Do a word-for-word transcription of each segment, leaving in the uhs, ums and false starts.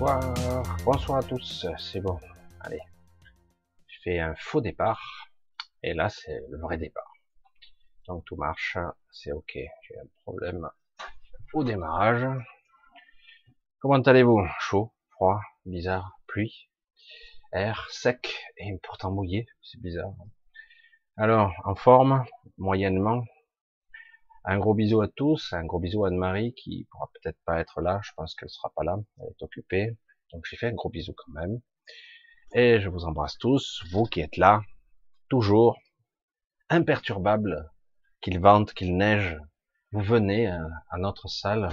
Bonsoir, bonsoir à tous, c'est bon. Allez, je fais un faux départ, et là c'est le vrai départ. Donc tout marche, c'est ok. J'ai un problème au démarrage. Comment allez-vous? Chaud, froid, bizarre, pluie, air sec et pourtant mouillé, c'est bizarre. Alors, en forme, moyennement. Un gros bisou à tous, un gros bisou à Anne-Marie qui pourra peut-être pas être là, je pense qu'elle sera pas là, elle est occupée. Donc j'ai fait un gros bisou quand même. Et je vous embrasse tous, vous qui êtes là, toujours, imperturbables, qu'il vente, qu'il neige, vous venez à, à notre salle.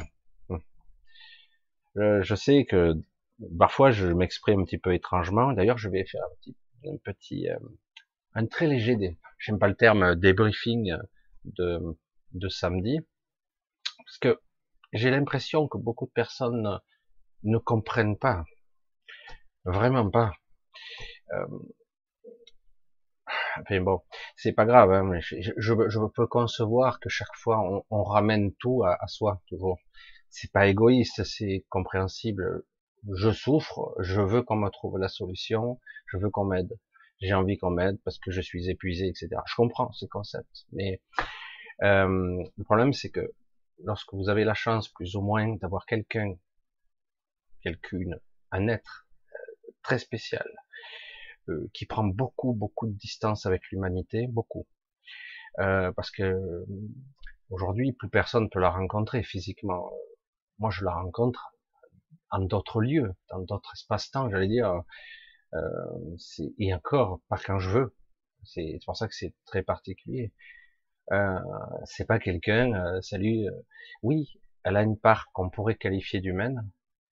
Je, je sais que parfois je m'exprime un petit peu étrangement, d'ailleurs je vais faire un petit, un petit, euh, un très léger, dé, j'aime pas le terme débriefing de, de samedi, parce que j'ai l'impression que beaucoup de personnes ne comprennent pas, vraiment pas. Euh, Enfin bon, c'est pas grave, hein, mais je, je, je peux concevoir que chaque fois on, on ramène tout à, à soi, toujours. C'est pas égoïste, c'est compréhensible. Je souffre, je veux qu'on me trouve la solution, je veux qu'on m'aide. J'ai envie qu'on m'aide parce que je suis épuisé, et cetera. Je comprends ce concept, mais euh, le problème c'est que lorsque vous avez la chance, plus ou moins, d'avoir quelqu'un, quelqu'une, un être très spécial, euh, qui prend beaucoup, beaucoup de distance avec l'humanité, beaucoup. Euh, parce que aujourd'hui, plus personne ne peut la rencontrer physiquement. Moi, je la rencontre en d'autres lieux, dans d'autres espaces-temps, j'allais dire, euh, et encore, pas quand je veux. C'est pour ça que c'est très particulier. Euh, c'est pas quelqu'un, euh, salut, euh, oui, elle a une part qu'on pourrait qualifier d'humaine.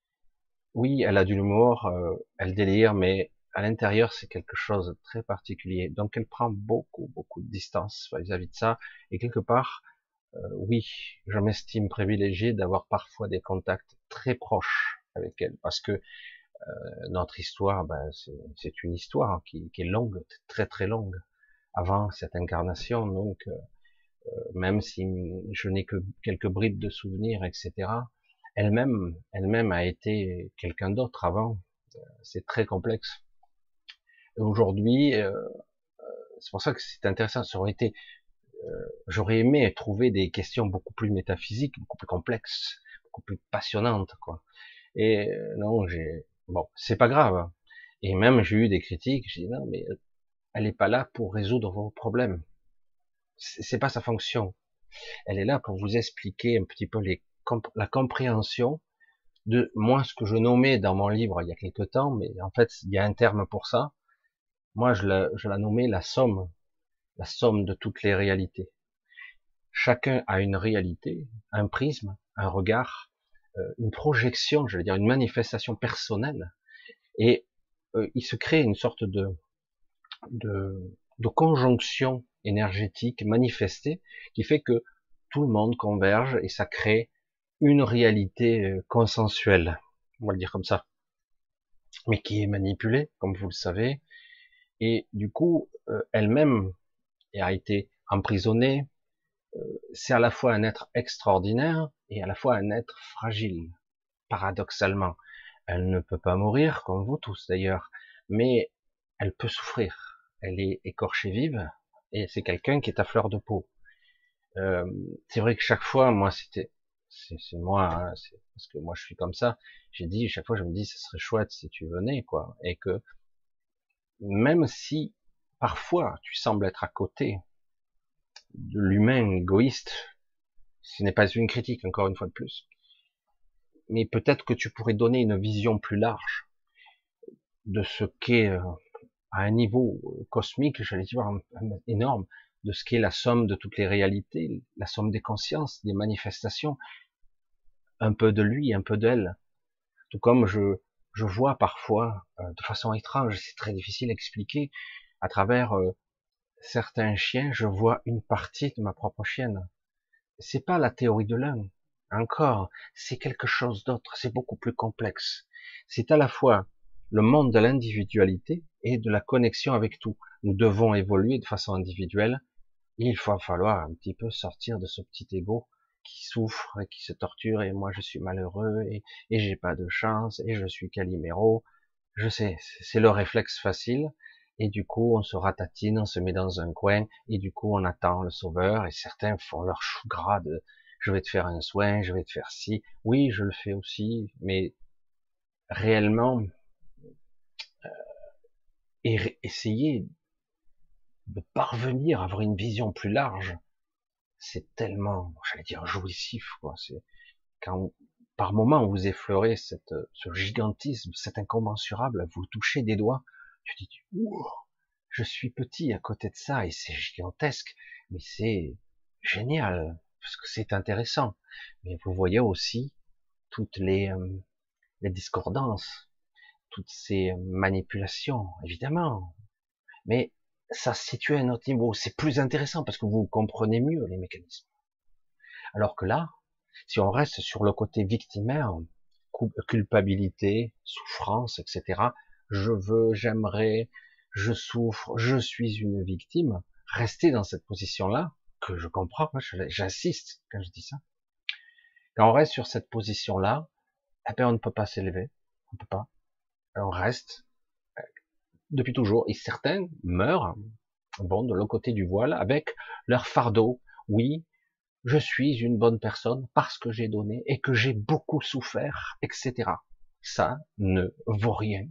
Oui, elle a de l'humour, euh, elle délire, mais à l'intérieur, c'est quelque chose de très particulier. Donc, elle prend beaucoup, beaucoup de distance vis-à-vis de ça. Et quelque part, euh, oui, je m'estime privilégié d'avoir parfois des contacts très proches avec elle, parce que euh, notre histoire, ben, c'est une histoire qui, qui est longue, très très longue, avant cette incarnation. Donc, euh, même si je n'ai que quelques bribes de souvenirs, et cetera, elle-même, elle-même a été quelqu'un d'autre avant. C'est très complexe. Et aujourd'hui, euh, c'est pour ça que c'est intéressant. Ça aurait été, euh, j'aurais aimé trouver des questions beaucoup plus métaphysiques, beaucoup plus complexes, beaucoup plus passionnantes, quoi. Et euh, non, j'ai, bon, c'est pas grave. Et même j'ai eu des critiques. J'ai dit non, mais elle est pas là pour résoudre vos problèmes. C'est pas sa fonction. Elle est là pour vous expliquer un petit peu les, la compréhension de moi, ce que je nommais dans mon livre il y a quelque temps, mais en fait il y a un terme pour ça. Moi, je la, je la nommais la somme, la somme de toutes les réalités. Chacun a une réalité, un prisme, un regard, euh, une projection, je veux dire une manifestation personnelle, et euh, il se crée une sorte de, de, de conjonction énergétique manifestée qui fait que tout le monde converge et ça crée une réalité consensuelle, on va le dire comme ça, mais qui est manipulée, comme vous le savez, et du coup, euh, elle-même a été emprisonnée. Euh, c'est à la fois un être extraordinaire et à la fois un être fragile, paradoxalement. Elle ne peut pas mourir, comme vous tous d'ailleurs, mais elle peut souffrir. Elle est écorchée vive, et c'est quelqu'un qui est à fleur de peau. Euh, c'est vrai que chaque fois, moi, c'était, c'est moi, hein, parce que moi je suis comme ça. J'ai dit chaque fois, je me dis, ce serait chouette si tu venais, quoi, et que même si parfois tu sembles être à côté de l'humain égoïste, ce n'est pas une critique, encore une fois de plus, mais peut-être que tu pourrais donner une vision plus large de ce qu'est, euh, à un niveau cosmique, j'allais dire énorme, de ce qu'est la somme de toutes les réalités, la somme des consciences, des manifestations, un peu de lui, un peu d'elle. Tout comme je, je vois parfois, euh, de façon étrange, c'est très difficile à expliquer, à travers euh, certains chiens, je vois une partie de ma propre chienne. C'est pas la théorie de l'un, encore, c'est quelque chose d'autre, c'est beaucoup plus complexe. C'est à la fois le monde de l'individualité et de la connexion avec tout. Nous devons évoluer de façon individuelle, et il va falloir un petit peu sortir de ce petit ego qui souffre et qui se torture, et moi je suis malheureux, et, et j'ai pas de chance, et je suis Calimero. Je sais, c'est le réflexe facile, et du coup on se ratatine, on se met dans un coin, et du coup on attend le sauveur, et certains font leur chou gras de je vais te faire un soin, je vais te faire ci. Oui, je le fais aussi, mais réellement, et essayer de parvenir à avoir une vision plus large, c'est tellement, j'allais dire, jouissif, quoi. C'est quand, par moment, vous effleurez cette, ce gigantisme, cet incommensurable, vous touchez des doigts, tu dis, wow, je suis petit à côté de ça, et c'est gigantesque, mais c'est génial, parce que c'est intéressant. Mais vous voyez aussi toutes les, euh, les discordances, toutes ces manipulations, évidemment. Mais ça se situe à un autre niveau. C'est plus intéressant parce que vous comprenez mieux les mécanismes. Alors que là, si on reste sur le côté victimaire, culpabilité, souffrance, et cetera, je veux, j'aimerais, je souffre, je suis une victime, rester dans cette position-là, que je comprends, j'insiste quand je dis ça. Quand on reste sur cette position-là, eh ben on ne peut pas s'élever, on peut pas, on reste depuis toujours, et certains meurent, bon, de l'autre côté du voile, avec leur fardeau. Oui, je suis une bonne personne parce que j'ai donné et que j'ai beaucoup souffert, et cetera. Ça ne vaut rien.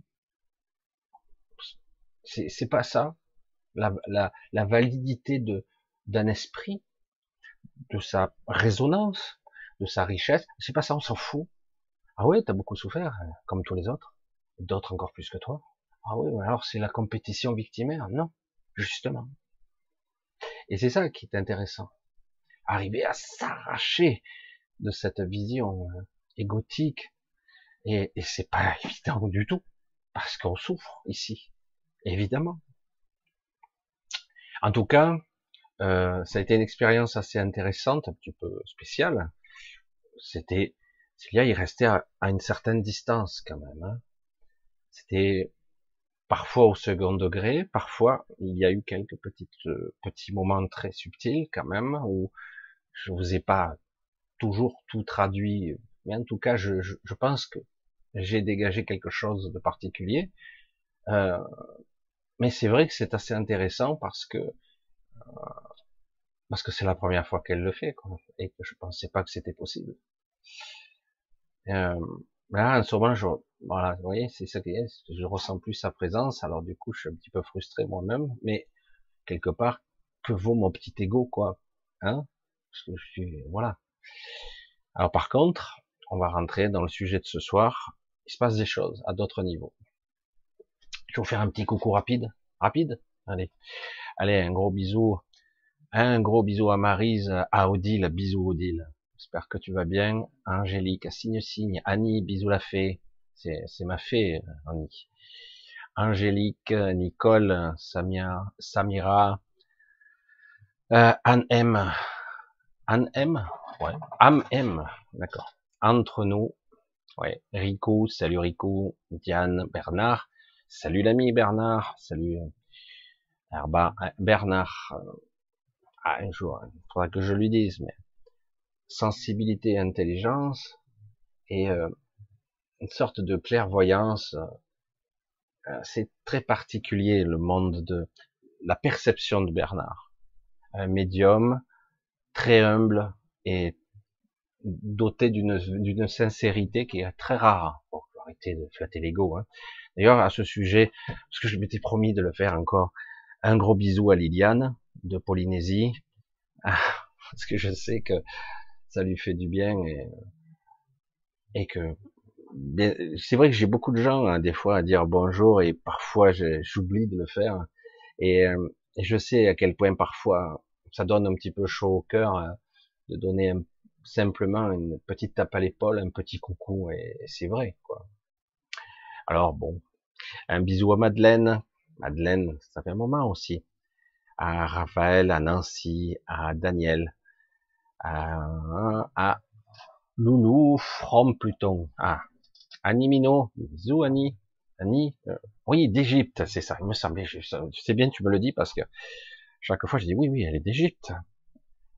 C'est, c'est pas ça. La, la, la validité de, d'un esprit, de sa résonance, de sa richesse, c'est pas ça, on s'en fout. Ah ouais, t'as beaucoup souffert, comme tous les autres. D'autres encore plus que toi. Ah oui, alors c'est la compétition victimaire. Non, justement. Et c'est ça qui est intéressant. Arriver à s'arracher de cette vision égotique. Et, et c'est pas évident du tout. Parce qu'on souffre ici. Évidemment. En tout cas, euh, ça a été une expérience assez intéressante, un petit peu spéciale. C'était, Célia, il restait à, à une certaine distance quand même. Hein. C'était parfois au second degré, parfois il y a eu quelques petites, euh, petits moments très subtils quand même, où je vous ai pas toujours tout traduit, mais en tout cas je, je, je pense que j'ai dégagé quelque chose de particulier. Euh, mais c'est vrai que c'est assez intéressant parce que parce que c'est la première fois qu'elle le fait, quoi, et que je pensais pas que c'était possible. Euh, là, en ce moment, je, voilà, vous voyez, c'est ça qui est, je ressens plus sa présence, alors du coup, je suis un petit peu frustré moi-même, mais quelque part, que vaut mon petit ego, quoi, hein, parce que je suis, voilà. Alors par contre, on va rentrer dans le sujet de ce soir, il se passe des choses à d'autres niveaux. Je vais vous faire un petit coucou rapide, rapide, allez, allez, un gros bisou, un gros bisou à Maryse, à Odile, bisous Odile. J'espère que tu vas bien. Angélique, à signe signe. Annie, bisous la fée. C'est, c'est ma fée, Annie. Angélique, Nicole, Samia, Samira, euh, Anne M. Anne M. Ouais. Am M. D'accord. Entre nous. Ouais. Rico, salut Rico. Diane, Bernard. Salut l'ami Bernard. Salut Herba, Bernard. Ah, un jour, il faudra que je lui dise, mais sensibilité et intelligence et euh, une sorte de clairvoyance. Euh, c'est très particulier le monde de la perception de Bernard. Un médium très humble et doté d'une d'une sincérité qui est très rare. Bon, faut arrêter de flatter l'ego. Hein. D'ailleurs, à ce sujet, parce que je m'étais promis de le faire encore, un gros bisou à Liliane de Polynésie, parce que je sais que ça lui fait du bien et, et que c'est vrai que j'ai beaucoup de gens hein, des fois à dire bonjour et parfois j'oublie de le faire et, euh, et je sais à quel point parfois ça donne un petit peu chaud au cœur hein, de donner un, simplement une petite tape à l'épaule, un petit coucou et, et c'est vrai quoi. Alors bon, un bisou à Madeleine, Madeleine ça fait un moment aussi, à Raphaël, à Nancy, à Daniel, à, à Loulou from Pluton, ah Annie Mino, bisous Annie, Annie, euh, oui d'Égypte, c'est ça, il me semblait, je sais bien tu me le dis parce que chaque fois je dis oui oui elle est d'Égypte,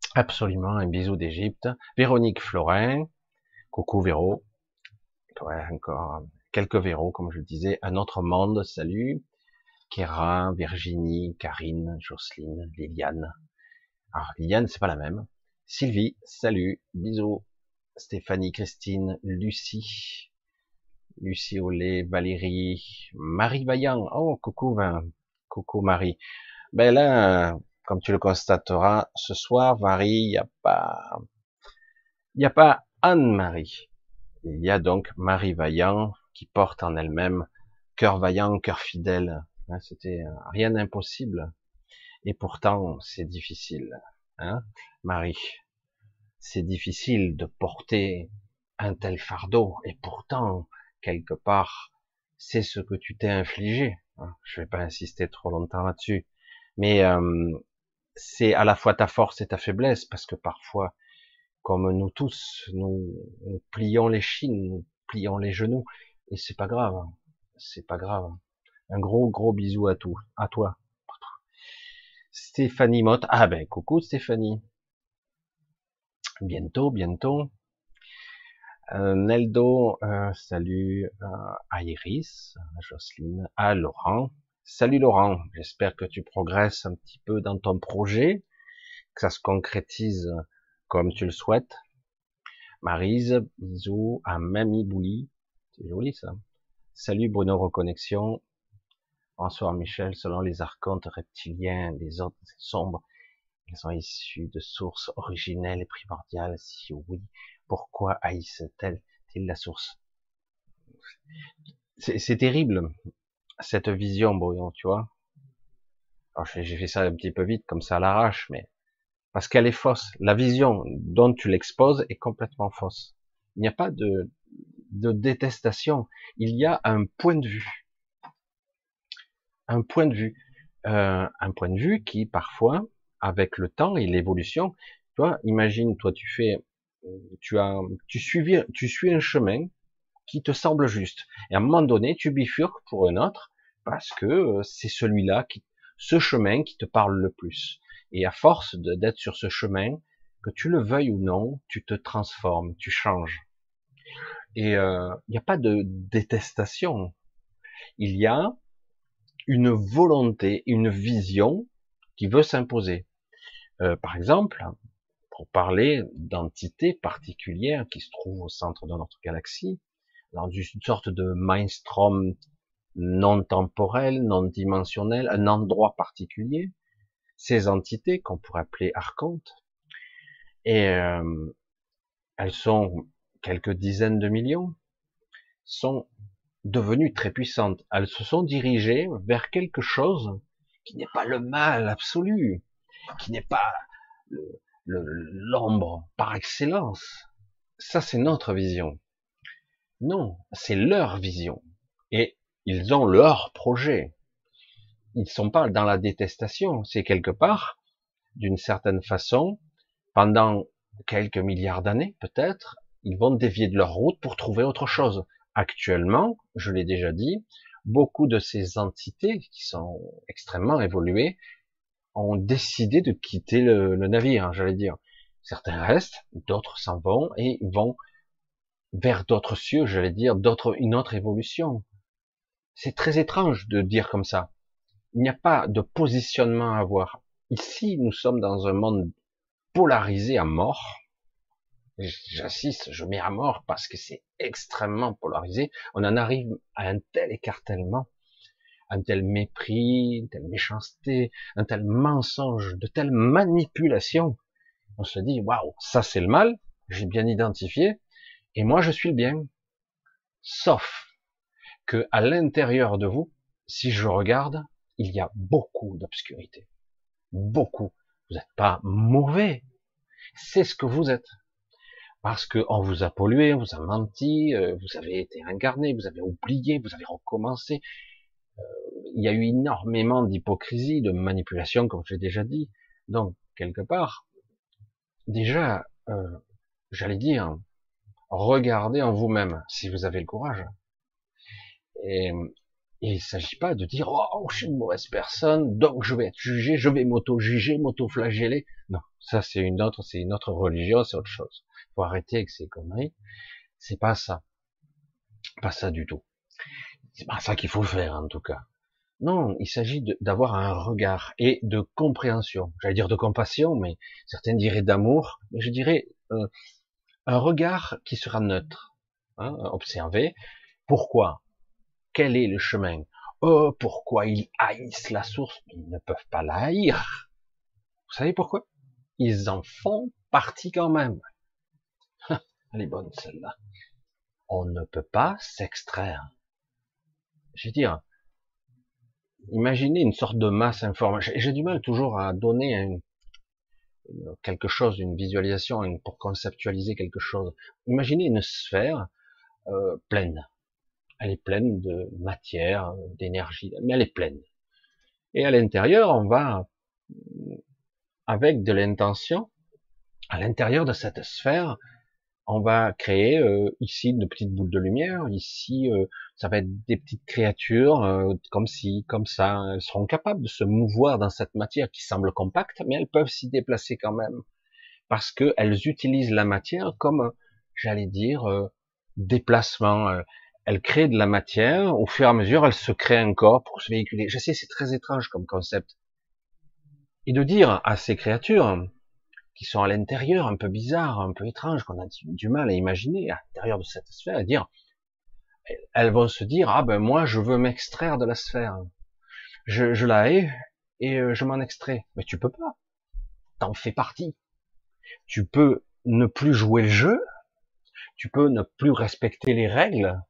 Absolument, un bisou d'Égypte. Véronique Florin, coucou Véro. Ouais, encore quelques Véro, comme je le disais. Un autre monde, salut. Kéra, Virginie, Karine, Jocelyne, Liliane. Alors, Liliane, c'est pas la même. Sylvie, salut, bisous. Stéphanie, Christine, Lucie, Lucie Ollet, Valérie, Marie Vaillant. Oh, coucou, Vin. Coucou Marie. Ben là, comme tu le constateras, ce soir, Marie, il n'y a pas, il n'y a pas Anne-Marie. Il y a donc Marie Vaillant qui porte en elle-même cœur vaillant, cœur fidèle. Hein, c'était rien d'impossible. Et pourtant, c'est difficile. Hein, Marie, c'est difficile de porter un tel fardeau. Et pourtant, quelque part, c'est ce que tu t'es infligé. Hein, je vais pas insister trop longtemps là-dessus. Mais euh, c'est à la fois ta force et ta faiblesse, parce que parfois, comme nous tous, nous, nous plions les chines, nous plions les genoux, et c'est pas grave, c'est pas grave. Un gros gros bisou à tout, à toi. Stéphanie Motte, ah ben coucou Stéphanie, bientôt, bientôt. Euh, Neldo, euh, salut euh, à Iris, à Jocelyne, à Laurent. Salut Laurent, j'espère que tu progresses un petit peu dans ton projet, que ça se concrétise comme tu le souhaites. Maryse, bisous à Mamie Bouli, c'est joli ça. Salut Bruno Reconnexion. Bonsoir Michel, selon les archontes reptiliens, les autres sombres, ils sont issus de sources originelles et primordiales. Si oui, pourquoi haïssent-elles-ils la source? C'est terrible, cette vision, Bruno, tu vois. Alors j'ai fait ça un petit peu vite, comme ça à l'arrache, mais parce qu'elle est fausse. La vision dont tu l'exposes est complètement fausse. Il n'y a pas de, de détestation. Il y a un point de vue. Un point de vue. Euh, un point de vue qui, parfois, avec le temps et l'évolution, tu vois, imagine, toi, tu fais, tu as, tu suis, tu suis un chemin qui te semble juste. Et à un moment donné, tu bifurques pour un autre parce que c'est celui-là qui, ce chemin qui te parle le plus. Et à force d'être sur ce chemin, que tu le veuilles ou non, tu te transformes, tu changes. Et euh, il n'y a pas de détestation. Il y a une volonté, une vision qui veut s'imposer. Euh, par exemple, pour parler d'entités particulières qui se trouvent au centre de notre galaxie, dans une sorte de mainstream non temporel, non dimensionnel, un endroit particulier, ces entités qu'on pourrait appeler archontes, et euh, elles sont quelques dizaines de millions, sont devenues très puissantes. Elles se sont dirigées vers quelque chose qui n'est pas le mal absolu, qui n'est pas le- le- l'ombre par excellence. Ça, c'est notre vision. Non, c'est leur vision. Et ils ont leur projet. Ils ne sont pas dans la détestation. C'est quelque part, d'une certaine façon, pendant quelques milliards d'années, peut-être, ils vont dévier de leur route pour trouver autre chose. Actuellement, je l'ai déjà dit, beaucoup de ces entités qui sont extrêmement évoluées ont décidé de quitter le, le navire, hein, j'allais dire. Certains restent, d'autres s'en vont et vont vers d'autres cieux, j'allais dire, d'autres, une autre évolution. C'est très étrange de dire comme ça. Il n'y a pas de positionnement à avoir. Ici, nous sommes dans un monde polarisé à mort. J'insiste, je mets à mort parce que c'est extrêmement polarisé. On en arrive à un tel écartèlement, un tel mépris, une telle méchanceté, un tel mensonge, de telle manipulation. On se dit, waouh, ça c'est le mal, j'ai bien identifié, et moi je suis le bien. Sauf que à l'intérieur de vous, si je regarde, il y a beaucoup d'obscurité. Beaucoup. Vous n'êtes pas mauvais. C'est ce que vous êtes. Parce que on vous a pollué, on vous a menti, euh, vous avez été incarné, vous avez oublié, vous avez recommencé. Euh, il y a eu énormément d'hypocrisie, de manipulation, comme j'ai déjà dit. Donc, quelque part, déjà, euh, j'allais dire, regardez en vous-même, si vous avez le courage. Et Et il ne s'agit pas de dire, oh, je suis une mauvaise personne, donc je vais être jugé, je vais m'auto-juger, m'auto-flageller. Non, ça c'est une autre, c'est une autre religion, c'est autre chose. Faut arrêter avec ces conneries. C'est pas ça. Pas ça du tout. C'est pas ça qu'il faut faire, en tout cas. Non, il s'agit de- d'avoir un regard et de compréhension. J'allais dire de compassion, mais certains diraient d'amour, mais je dirais euh, un regard qui sera neutre. Hein, observer. Pourquoi? Quel est le chemin? Oh, pourquoi ils haïssent la source? Ils ne peuvent pas la haïr. Vous savez pourquoi? Ils en font partie quand même. Elle est bonne celle-là. On ne peut pas s'extraire. Je veux dire, imaginez une sorte de masse informatique. J'ai du mal toujours à donner une, une- quelque chose, une visualisation une- pour conceptualiser quelque chose. Imaginez une sphère euh, pleine. Elle est pleine de matière, d'énergie, mais elle est pleine. Et à l'intérieur, on va, avec de l'intention, à l'intérieur de cette sphère, on va créer euh, ici de petites boules de lumière, ici euh, ça va être des petites créatures euh, comme si, comme ça, elles seront capables de se mouvoir dans cette matière qui semble compacte, mais elles peuvent s'y déplacer quand même parce qu'elles utilisent la matière comme, j'allais dire, euh, déplacement. euh, Elles créent de la matière, au fur et à mesure, elles se créent un corps pour se véhiculer. Je sais, c'est très étrange comme concept. Et de dire à ces créatures, qui sont à l'intérieur, un peu bizarres, un peu étranges, qu'on a du mal à imaginer, à l'intérieur de cette sphère, à dire, elles vont se dire, ah ben moi je veux m'extraire de la sphère, je, je la hais et euh, je m'en extrais. Mais tu peux pas, t'en fais partie. Tu peux ne plus jouer le jeu, tu peux ne plus respecter les règles,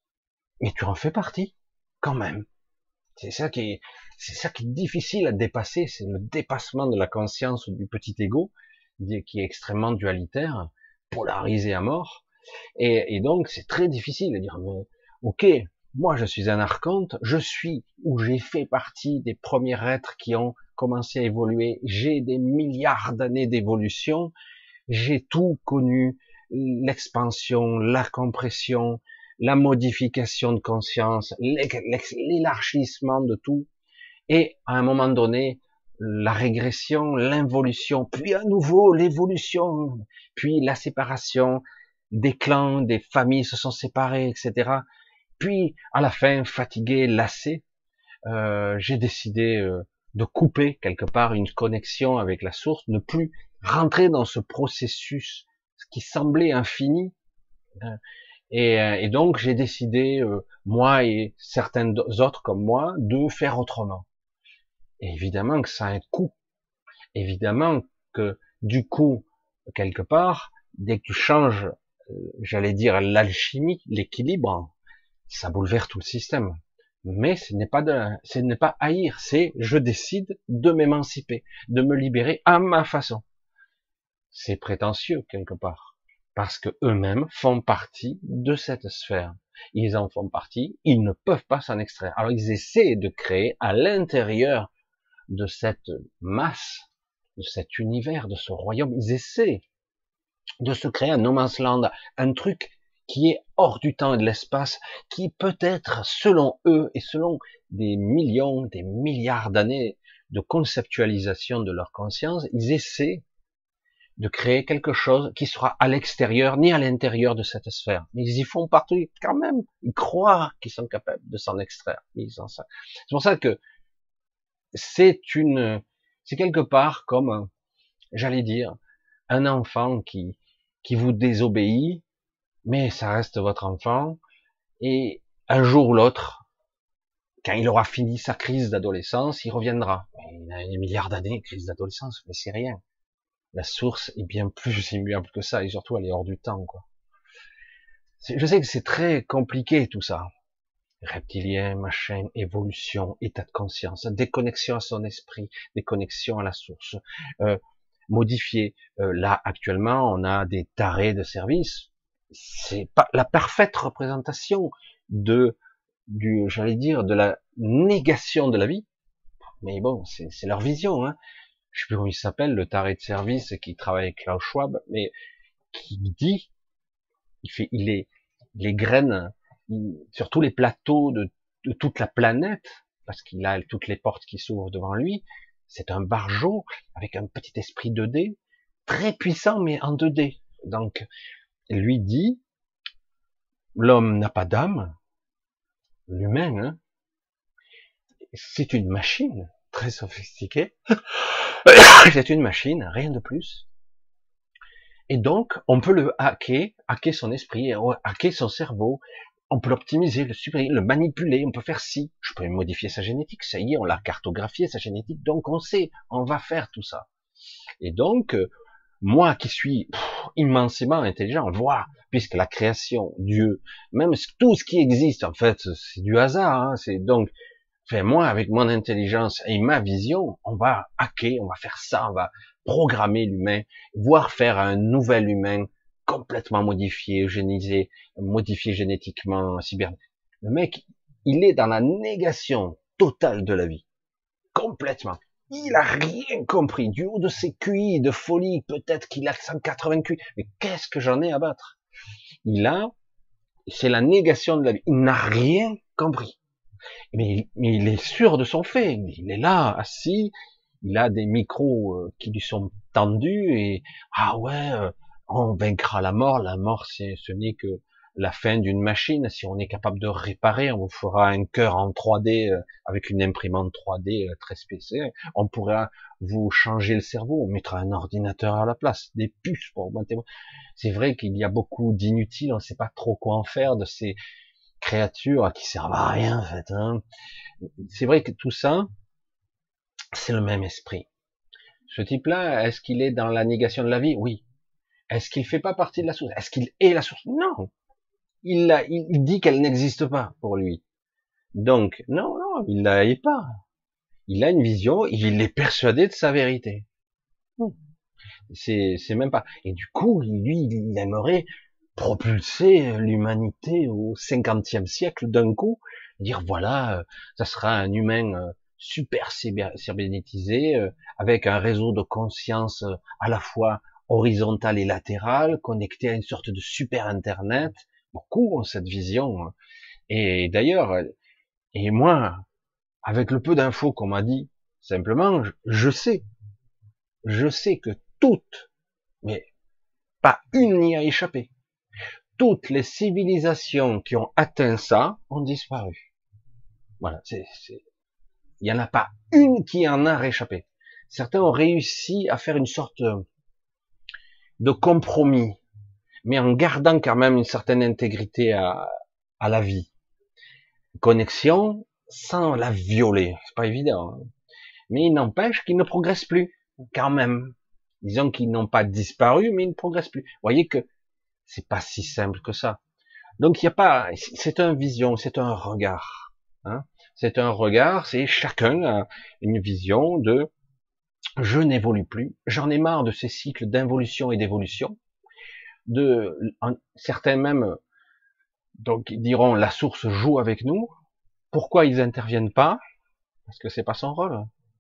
mais tu en fais partie, quand même. C'est ça qui est, c'est ça qui est difficile à dépasser, c'est le dépassement de la conscience du petit ego, qui est extrêmement dualitaire, polarisé à mort. Et, et donc, c'est très difficile de dire, mais, ok, moi, je suis un archonte, je suis, ou j'ai fait partie des premiers êtres qui ont commencé à évoluer, j'ai des milliards d'années d'évolution, j'ai tout connu, l'expansion, la compression, la modification de conscience, l'élargissement de tout, et à un moment donné, la régression, l'involution, puis à nouveau l'évolution, puis la séparation, des clans, des familles se sont séparées, et cetera. Puis à la fin, fatigué, lassé, euh, j'ai décidé euh, de couper quelque part une connexion avec la source, ne plus rentrer dans ce processus qui semblait infini. euh, Et, euh, et donc j'ai décidé, euh, moi et certains autres comme moi, de faire autrement. Et évidemment que ça a un coût. Évidemment que du coup, quelque part, dès que tu changes, euh, j'allais dire l'alchimie, l'équilibre, ça bouleverse tout le système. Mais ce n'est pas de, ce n'est pas haïr, c'est je décide de m'émanciper, de me libérer à ma façon. C'est prétentieux quelque part, parce que eux-mêmes font partie de cette sphère. Ils en font partie, ils ne peuvent pas s'en extraire. Alors ils essaient de créer à l'intérieur de cette masse, de cet univers, de ce royaume, ils essaient de se créer un no man's land, un truc qui est hors du temps et de l'espace, qui peut-être, selon eux et selon des millions, des milliards d'années de conceptualisation de leur conscience, ils essaient de créer quelque chose qui sera à l'extérieur ni à l'intérieur de cette sphère. Mais ils y font partout quand même. Ils croient qu'ils sont capables de s'en extraire. C'est pour ça que c'est une, c'est quelque part comme, j'allais dire, un enfant qui, qui vous désobéit, mais ça reste votre enfant, et un jour ou l'autre, quand il aura fini sa crise d'adolescence, il reviendra. Il a des milliards d'années, crise d'adolescence, mais c'est rien. La source est bien plus immuable que ça, et surtout elle est hors du temps, quoi. Je sais que c'est très compliqué tout ça. Reptilien, machin, évolution, état de conscience, déconnexion à son esprit, déconnexion à la source, euh, modifier. Euh, là, actuellement, on a des tarés de service. C'est pas la parfaite représentation de, du, j'allais dire, de la négation de la vie. Mais bon, c'est leur vision, hein. Je sais plus comment il s'appelle, le taré de service qui travaille avec Klaus Schwab, mais qui dit, il fait, il est, les graines, il, sur tous les plateaux de de toute la planète, parce qu'il a toutes les portes qui s'ouvrent devant lui. C'est un barjot avec un petit esprit deux D, très puissant, mais en deux D. Donc, il lui dit, l'homme n'a pas d'âme, l'humain, hein, c'est une machine très sophistiquée, c'est une machine, rien de plus. Et donc, on peut le hacker, hacker son esprit, hacker son cerveau, on peut l'optimiser, le supprimer, le manipuler, on peut faire ci, je peux modifier sa génétique, ça y est, on l'a cartographié, sa génétique, donc on sait, on va faire tout ça. Et donc, moi qui suis pff, immensément intelligent, on voit, puisque la création, Dieu, même tout ce qui existe, en fait, c'est du hasard, hein, c'est donc, enfin, moi, avec mon intelligence et ma vision, on va hacker, on va faire ça, on va programmer l'humain, voire faire un nouvel humain complètement modifié, eugénisé, modifié génétiquement, cyber. Le mec, il est dans la négation totale de la vie. Complètement. Il a rien compris. Du haut de ses Q I de folie, peut-être qu'il a cent quatre-vingts Q I. Mais qu'est-ce que j'en ai à battre? Il a, c'est la négation de la vie. Il n'a rien compris. Mais, mais il est sûr de son fait. Il est là, assis. Il a des micros qui lui sont tendus et, ah ouais, on vaincra la mort. La mort, c'est, ce n'est que la fin d'une machine. Si on est capable de réparer, on vous fera un cœur en trois D avec une imprimante trois D très spéciale. On pourra vous changer le cerveau. On mettra un ordinateur à la place, des puces pour augmenter. C'est vrai qu'il y a beaucoup d'inutiles. On ne sait pas trop quoi en faire de ces créatures qui servent à rien, en fait. Hein. C'est vrai que tout ça, c'est le même esprit. Ce type-là, est-ce qu'il est dans la négation de la vie? Oui. Est-ce qu'il fait pas partie de la source? Est-ce qu'il est la source? Non. Il, a, il dit qu'elle n'existe pas pour lui. Donc, non, non, il la est pas. Il a une vision, il est persuadé de sa vérité. C'est, c'est même pas. Et du coup, lui, il aimerait propulser l'humanité au cinquantième siècle d'un coup, dire voilà, ça sera un humain super cybernétisé, avec un réseau de conscience à la fois horizontal et latéral, connecté à une sorte de super internet. Beaucoup ont cette vision. Et d'ailleurs, et moi, avec le peu d'infos qu'on m'a dit, simplement, je sais, je sais que toutes, mais pas une n'y a échappé. Toutes les civilisations qui ont atteint ça ont disparu. Voilà, c'est, c'est... il n'y en a pas une qui en a réchappé. Certains ont réussi à faire une sorte de compromis, mais en gardant quand même une certaine intégrité à, à la vie. Connexion sans la violer, c'est pas évident. Hein. Mais il n'empêche qu'ils ne progressent plus, quand même. Disons qu'ils n'ont pas disparu, mais ils ne progressent plus. Vous voyez que c'est pas si simple que ça. Donc il n'y a pas, c'est un vision, c'est un regard. Hein. C'est un regard, c'est chacun a une vision de je n'évolue plus, j'en ai marre de ces cycles d'involution et d'évolution. De certains même donc ils diront la source joue avec nous. Pourquoi ils interviennent pas? Parce que c'est pas son rôle.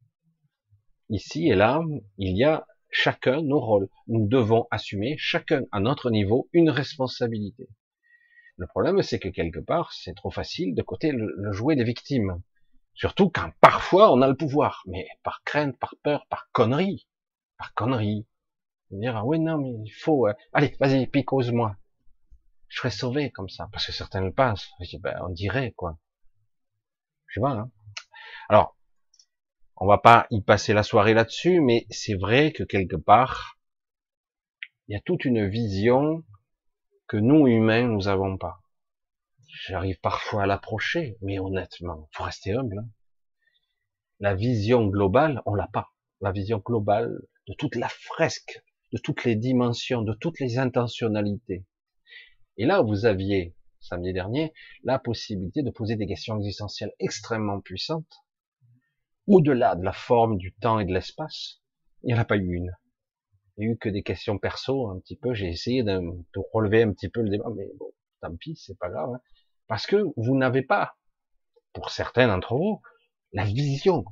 Ici et là, il y a chacun nos rôles. Nous devons assumer chacun à notre niveau une responsabilité. Le problème, c'est que quelque part, c'est trop facile de côté le, le jouet des victimes. Surtout quand parfois on a le pouvoir, mais par crainte, par peur, par connerie, par connerie. Dire ah oui non mais il faut, euh... allez vas-y picose-moi, je serai sauvé comme ça, parce que certains le pensent. Je dis, ben, on dirait quoi. Je sais pas. Hein. Alors, on va pas y passer la soirée là-dessus, mais c'est vrai que quelque part, il y a toute une vision que nous humains nous avons pas. J'arrive parfois à l'approcher, mais honnêtement, faut rester humble. Hein. La vision globale, on l'a pas. La vision globale de toute la fresque, de toutes les dimensions, de toutes les intentionnalités. Et là, vous aviez, samedi dernier, la possibilité de poser des questions existentielles extrêmement puissantes, au-delà de la forme, du temps et de l'espace. Il n'y en a pas eu une. Il n'y a eu que des questions perso, un petit peu. J'ai essayé de, de relever un petit peu le débat, mais bon, tant pis, c'est pas grave. Hein. Parce que vous n'avez pas, pour certains d'entre vous, la vision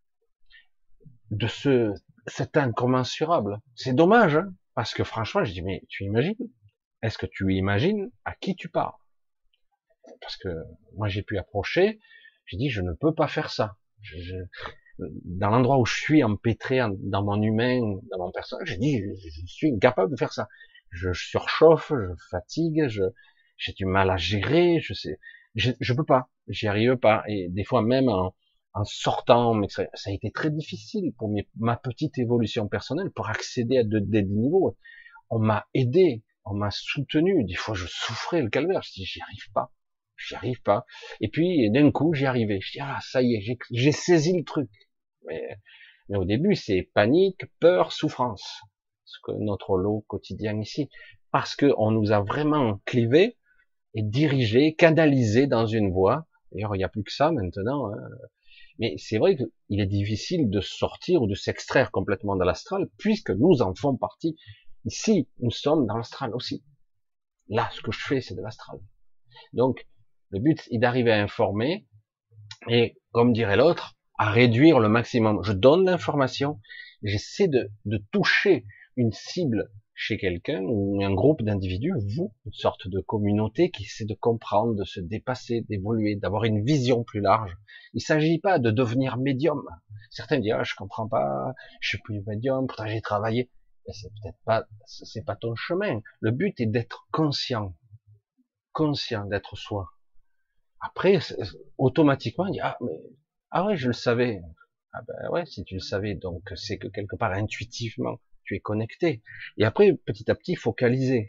de ce, cet incommensurable. C'est dommage, hein, parce que franchement, je dis, mais tu imagines? Est-ce que tu imagines à qui tu parles? Parce que moi, j'ai pu approcher, J'ai dit, je ne peux pas faire ça. Je, je, dans l'endroit où je suis empêtré en, dans mon humain, dans mon personnage, j'ai dit, je, je suis incapable de faire ça. Je, je surchauffe, je fatigue, je, j'ai du mal à gérer, je sais, je, je peux pas, j'y arrive pas. Et des fois même en, en sortant, mais ça, ça a été très difficile pour mes, ma petite évolution personnelle, pour accéder à de, des niveaux. On m'a aidé, on m'a soutenu. Des fois, je souffrais le calvaire. Je dis, j'y arrive pas, j'y arrive pas. Et puis, d'un coup, j'y arrivais. Je dis, ah, ça y est, j'ai, j'ai saisi le truc. Mais, mais au début, c'est panique, peur, souffrance. Ce que notre lot quotidien ici. Parce que on nous a vraiment clivé et dirigé, canalisé dans une voie. D'ailleurs, il n'y a plus que ça maintenant. Hein. Mais c'est vrai qu'il est difficile de sortir ou de s'extraire complètement de l'astral, puisque nous en faisons partie. Ici, nous sommes dans l'astral aussi. Là, ce que je fais, c'est de l'astral. Donc, le but est d'arriver à informer et, comme dirait l'autre, à réduire le maximum. Je donne l'information, j'essaie de, de toucher une cible chez quelqu'un ou un groupe d'individus, vous, une sorte de communauté qui essaie de comprendre, de se dépasser, d'évoluer, d'avoir une vision plus large. Il ne s'agit pas de devenir médium. Certains me disent, ah, je comprends pas, je suis plus médium, pourtant j'ai travaillé. Et c'est peut-être pas, c'est pas ton chemin. Le but est d'être conscient, conscient d'être soi. Après, automatiquement, il dit, ah, mais, ah ouais, je le savais. Ah ben ouais, si tu le savais, donc c'est que quelque part, intuitivement, tu es connecté. Et après, petit à petit, focaliser.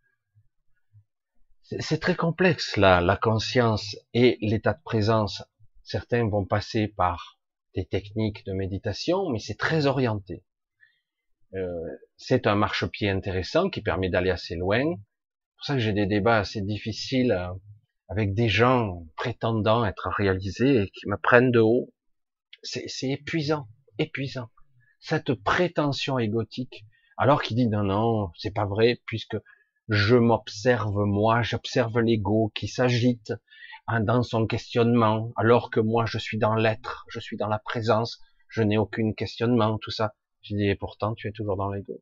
C'est très complexe, là, la conscience et l'état de présence. Certains vont passer par des techniques de méditation, mais c'est très orienté. Euh, c'est un marchepied intéressant qui permet d'aller assez loin. C'est pour ça que j'ai des débats assez difficiles avec des gens prétendant être réalisés et qui me prennent de haut. C'est épuisant, épuisant. Cette prétention égotique, alors qu'il dit non, non, c'est pas vrai, puisque je m'observe moi, j'observe l'ego qui s'agite dans son questionnement, alors que moi je suis dans l'être, je suis dans la présence, je n'ai aucun questionnement, tout ça. J'ai dit, et pourtant, tu es toujours dans l'ego.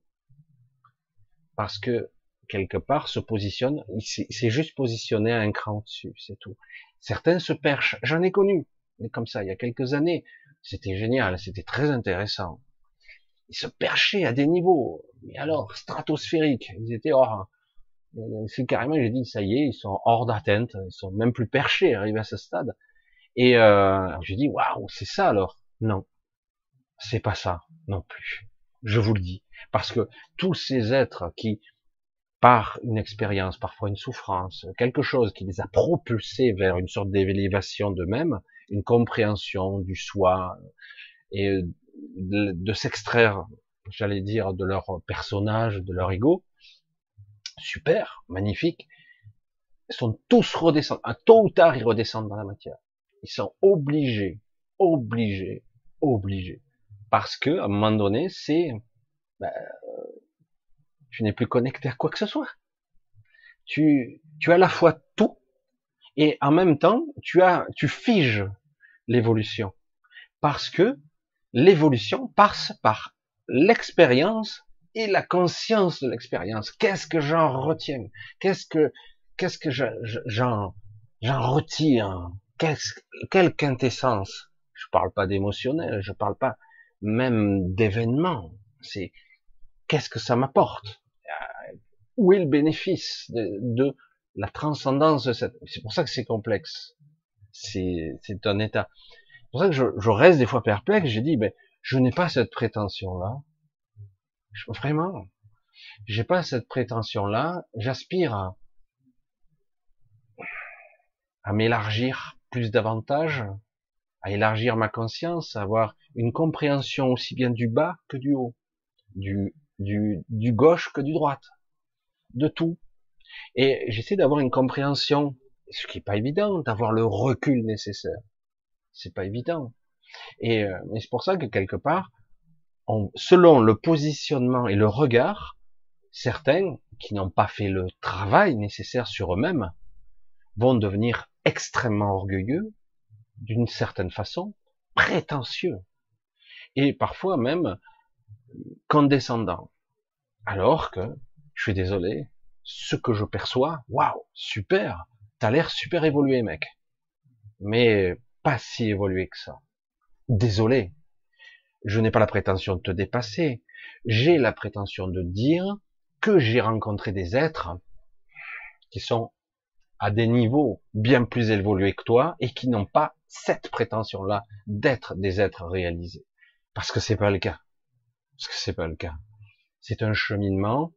Parce que, quelque part, se positionne, c'est juste positionné à un cran au-dessus, c'est tout. Certains se perchent, j'en ai connu, mais comme ça, il y a quelques années, c'était génial, c'était très intéressant. Ils se perchaient à des niveaux, mais alors, stratosphériques, ils étaient hors, c'est carrément, j'ai dit, ça y est, ils sont hors d'atteinte, ils sont même plus perchés, arrivés à ce stade. Et euh, je dis, waouh, c'est ça alors? Non. C'est pas ça non plus. Je vous le dis. Parce que tous ces êtres qui, par une expérience, parfois une souffrance, quelque chose qui les a propulsés vers une sorte d'élévation d'eux-mêmes, une compréhension du soi, et de, de s'extraire, j'allais dire, de leur personnage, de leur ego, super, magnifique, ils sont tous redescendus. À tôt ou tard, ils redescendent dans la matière. Ils sont obligés, obligés, obligés. Parce que, à un moment donné, c'est, ben, tu n'es plus connecté à quoi que ce soit. Tu, tu as à la fois tout, et en même temps, tu as, tu figes l'évolution. Parce que l'évolution passe par l'expérience et la conscience de l'expérience. Qu'est-ce que j'en retiens? Qu'est-ce que, qu'est-ce que j'en, j'en retire? Qu'est-ce, quelle quintessence? Je parle pas d'émotionnel, je parle pas même d'événements. C'est, qu'est-ce que ça m'apporte? Où est le bénéfice de, de la transcendance de cette... C'est pour ça que c'est complexe. C'est, c'est un état. C'est pour ça que je, je reste des fois perplexe. J'ai dit, ben, je n'ai pas cette prétention-là. Vraiment, j'ai pas cette prétention-là. J'aspire à, à m'élargir plus davantage, à élargir ma conscience, à avoir une compréhension aussi bien du bas que du haut, du, du, du gauche que du droite, de tout. Et j'essaie d'avoir une compréhension, ce qui est pas évident, d'avoir le recul nécessaire. C'est pas évident. Et euh, mais c'est pour ça que quelque part, on, selon le positionnement et le regard, certains qui n'ont pas fait le travail nécessaire sur eux-mêmes vont devenir extrêmement orgueilleux, d'une certaine façon, prétentieux, et parfois même condescendants. Alors que, je suis désolé, ce que je perçois, waouh, super, t'as l'air super évolué, mec. Mais pas si évolué que ça. Désolé, je n'ai pas la prétention de te dépasser. J'ai la prétention de dire que j'ai rencontré des êtres qui sont à des niveaux bien plus évolués que toi et qui n'ont pas cette prétention-là d'être des êtres réalisés. Parce que c'est pas le cas. Parce que c'est pas le cas. C'est un cheminement,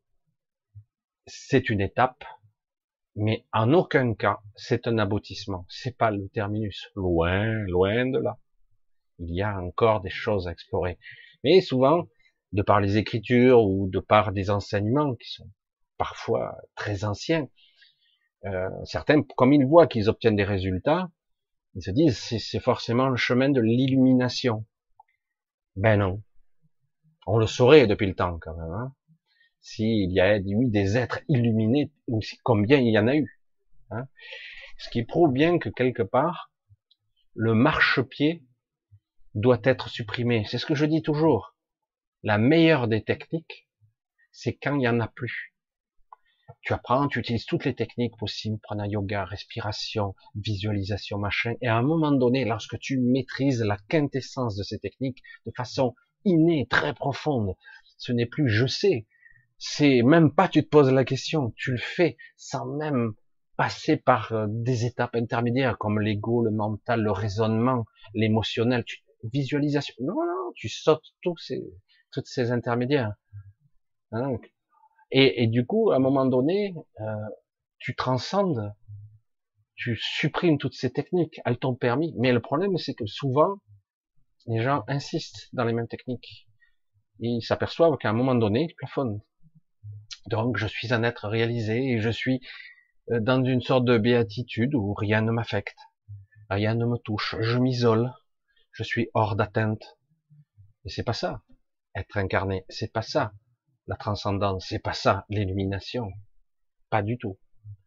c'est une étape, mais en aucun cas c'est un aboutissement. C'est pas le terminus. Loin, loin de là. Il y a encore des choses à explorer. Mais souvent, de par les écritures ou de par des enseignements qui sont parfois très anciens, euh, certains, comme ils voient qu'ils obtiennent des résultats, ils se disent c'est, c'est forcément le chemin de l'illumination. Ben non. On le saurait depuis le temps quand même. Hein. S'il y a eu des êtres illuminés, ou si, combien il y en a eu. Hein. Ce qui prouve bien que quelque part, le marchepied doit être supprimé. C'est ce que je dis toujours. La meilleure des techniques, c'est quand il n'y en a plus. Tu apprends, tu utilises toutes les techniques possibles, prana yoga, respiration, visualisation, machin, et à un moment donné, lorsque tu maîtrises la quintessence de ces techniques de façon innée, très profonde, ce n'est plus je sais, c'est même pas tu te poses la question, tu le fais sans même passer par des étapes intermédiaires comme l'ego, le mental, le raisonnement, l'émotionnel, tu, visualisation, non, non, tu sautes tous ces, toutes ces intermédiaires. Hein. Et, et du coup, à un moment donné, euh, tu transcendes, tu supprimes toutes ces techniques, elles t'ont permis. Mais le problème, c'est que souvent, les gens insistent dans les mêmes techniques. Ils s'aperçoivent qu'à un moment donné, ils plafonnent. Donc, je suis un être réalisé et je suis dans une sorte de béatitude où rien ne m'affecte, rien ne me touche, je m'isole, je suis hors d'atteinte. Et c'est pas ça, être incarné, c'est pas ça. La transcendance, c'est pas ça, l'illumination. Pas du tout.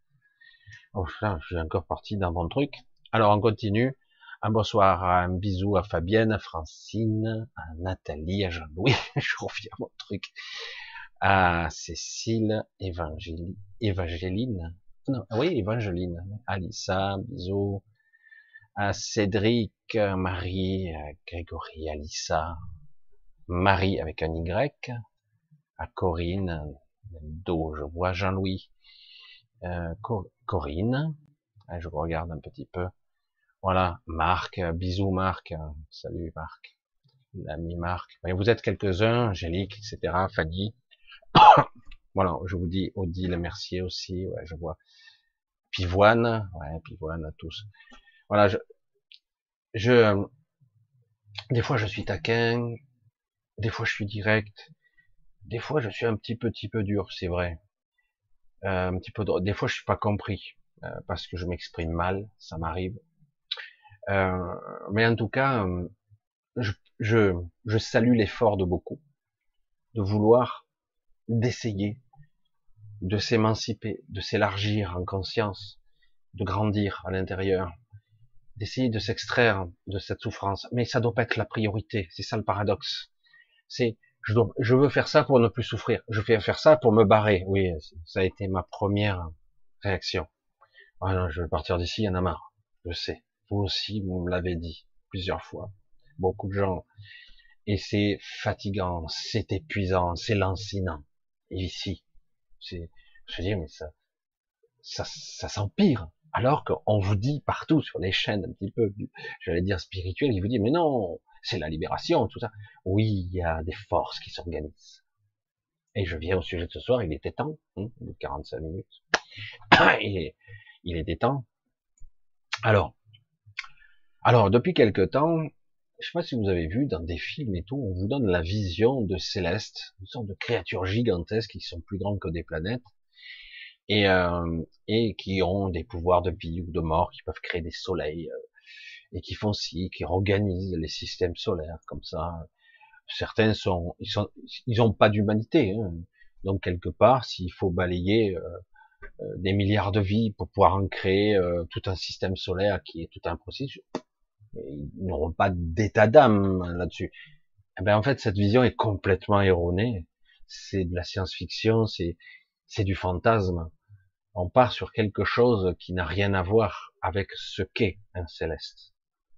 Oh, là, je suis encore parti dans mon truc. Alors, on continue. Un bonsoir, un bisou à Fabienne, à Francine, à Nathalie, à Jean-Louis. Je reviens à mon truc. À Cécile, Évangéline, Évangéline. Non, oui, Évangéline. Alissa, bisous. À Cédric, Marie, à Grégory, Alissa. Marie avec un Y. À Corinne, Do, je vois Jean-Louis, euh, Corinne, je vous regarde un petit peu, voilà, Marc, bisous Marc, salut Marc, l'ami Marc, vous êtes quelques-uns, Angélique, et cetera, Fanny, voilà, je vous dis Odile Mercier aussi, ouais, je vois, Pivoine, ouais, Pivoine à tous, voilà, je, je, des fois je suis taquin, des fois je suis direct, des fois je suis un petit peu, petit peu dur, c'est vrai. Euh, un petit peu de... des fois je suis pas compris euh, parce que je m'exprime mal, ça m'arrive. Euh, mais en tout cas, euh, je, je, je salue l'effort de beaucoup, de vouloir, d'essayer, de s'émanciper, de s'élargir en conscience, de grandir à l'intérieur, d'essayer de s'extraire de cette souffrance. Mais ça doit pas être la priorité. C'est ça le paradoxe. C'est je, dois, je veux faire ça pour ne plus souffrir. Je vais faire ça pour me barrer. Oui, ça a été ma première réaction. Ah non, je vais partir d'ici, il y en a marre. Je sais. Vous aussi, vous me l'avez dit plusieurs fois. Beaucoup de gens. Et c'est fatigant, c'est épuisant, c'est lancinant. Et ici, c'est, je veux dire, mais ça, ça, ça s'empire. Alors qu'on vous dit partout sur les chaînes un petit peu, j'allais dire spirituelles, ils vous disent, mais non, c'est la libération, tout ça. Oui, il y a des forces qui s'organisent. Et je viens au sujet de ce soir, il était temps, hein, de quarante-cinq minutes. Et il était temps. Alors, alors depuis quelque temps, je sais pas si vous avez vu dans des films et tout, on vous donne la vision de célestes, une sorte de créatures gigantesques qui sont plus grandes que des planètes et, euh, et qui ont des pouvoirs de vie ou de mort, qui peuvent créer des soleils euh, et qui font ci, qui organisent les systèmes solaires comme ça. Certains sont, ils sont, ils ont pas d'humanité, hein. Donc quelque part, s'il faut balayer euh, euh, des milliards de vies pour pouvoir en créer euh, tout un système solaire qui est tout un processus, ils n'auront pas d'état d'âme là-dessus. Eh ben en fait, cette vision est complètement erronée. C'est de la science-fiction, c'est c'est du fantasme. On part sur quelque chose qui n'a rien à voir avec ce qu'est un céleste.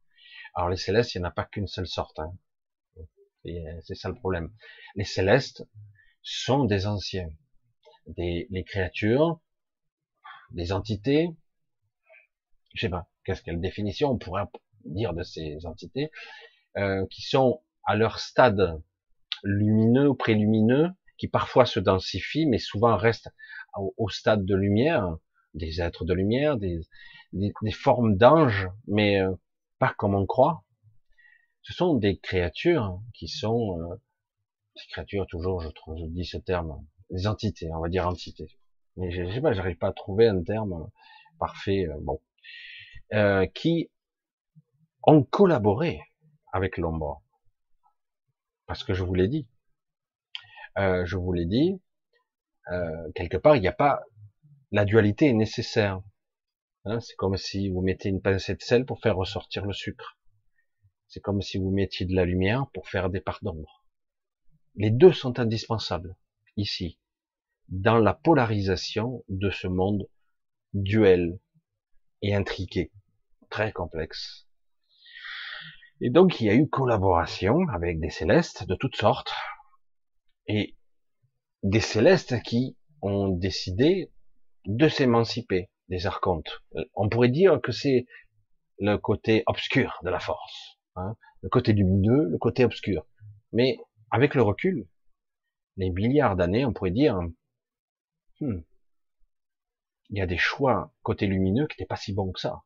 Alors les célestes, il n'y en a pas qu'une seule sorte, hein. C'est ça le problème. Les célestes sont des anciens, des les créatures, des entités, je sais pas, qu'est-ce quelle définition on pourrait dire de ces entités, euh, qui sont à leur stade lumineux ou prélumineux, qui parfois se densifient, mais souvent restent au, au stade de lumière, des êtres de lumière, des, des, des formes d'anges, mais euh, pas comme on croit. Ce sont des créatures qui sont, euh, des créatures toujours, je trouve, je dis ce terme, des entités, on va dire entités. Mais je, je sais pas, j'arrive pas à trouver un terme parfait, euh, bon, euh, qui ont collaboré avec l'ombre. Parce que je vous l'ai dit, euh, je vous l'ai dit, euh, quelque part, il n'y a pas, la dualité est nécessaire. Hein, c'est comme si vous mettez une pincée de sel pour faire ressortir le sucre. C'est comme si vous mettiez de la lumière pour faire des parts d'ombre. Les deux sont indispensables, ici, dans la polarisation de ce monde duel et intriqué, très complexe. Et donc, il y a eu collaboration avec des célestes de toutes sortes, et des célestes qui ont décidé de s'émanciper des archontes. On pourrait dire que c'est le côté obscur de la force, hein, le côté lumineux, le côté obscur. Mais avec le recul, les milliards d'années, on pourrait dire, hmm, il y a des choix côté lumineux qui n'étaient pas si bons que ça.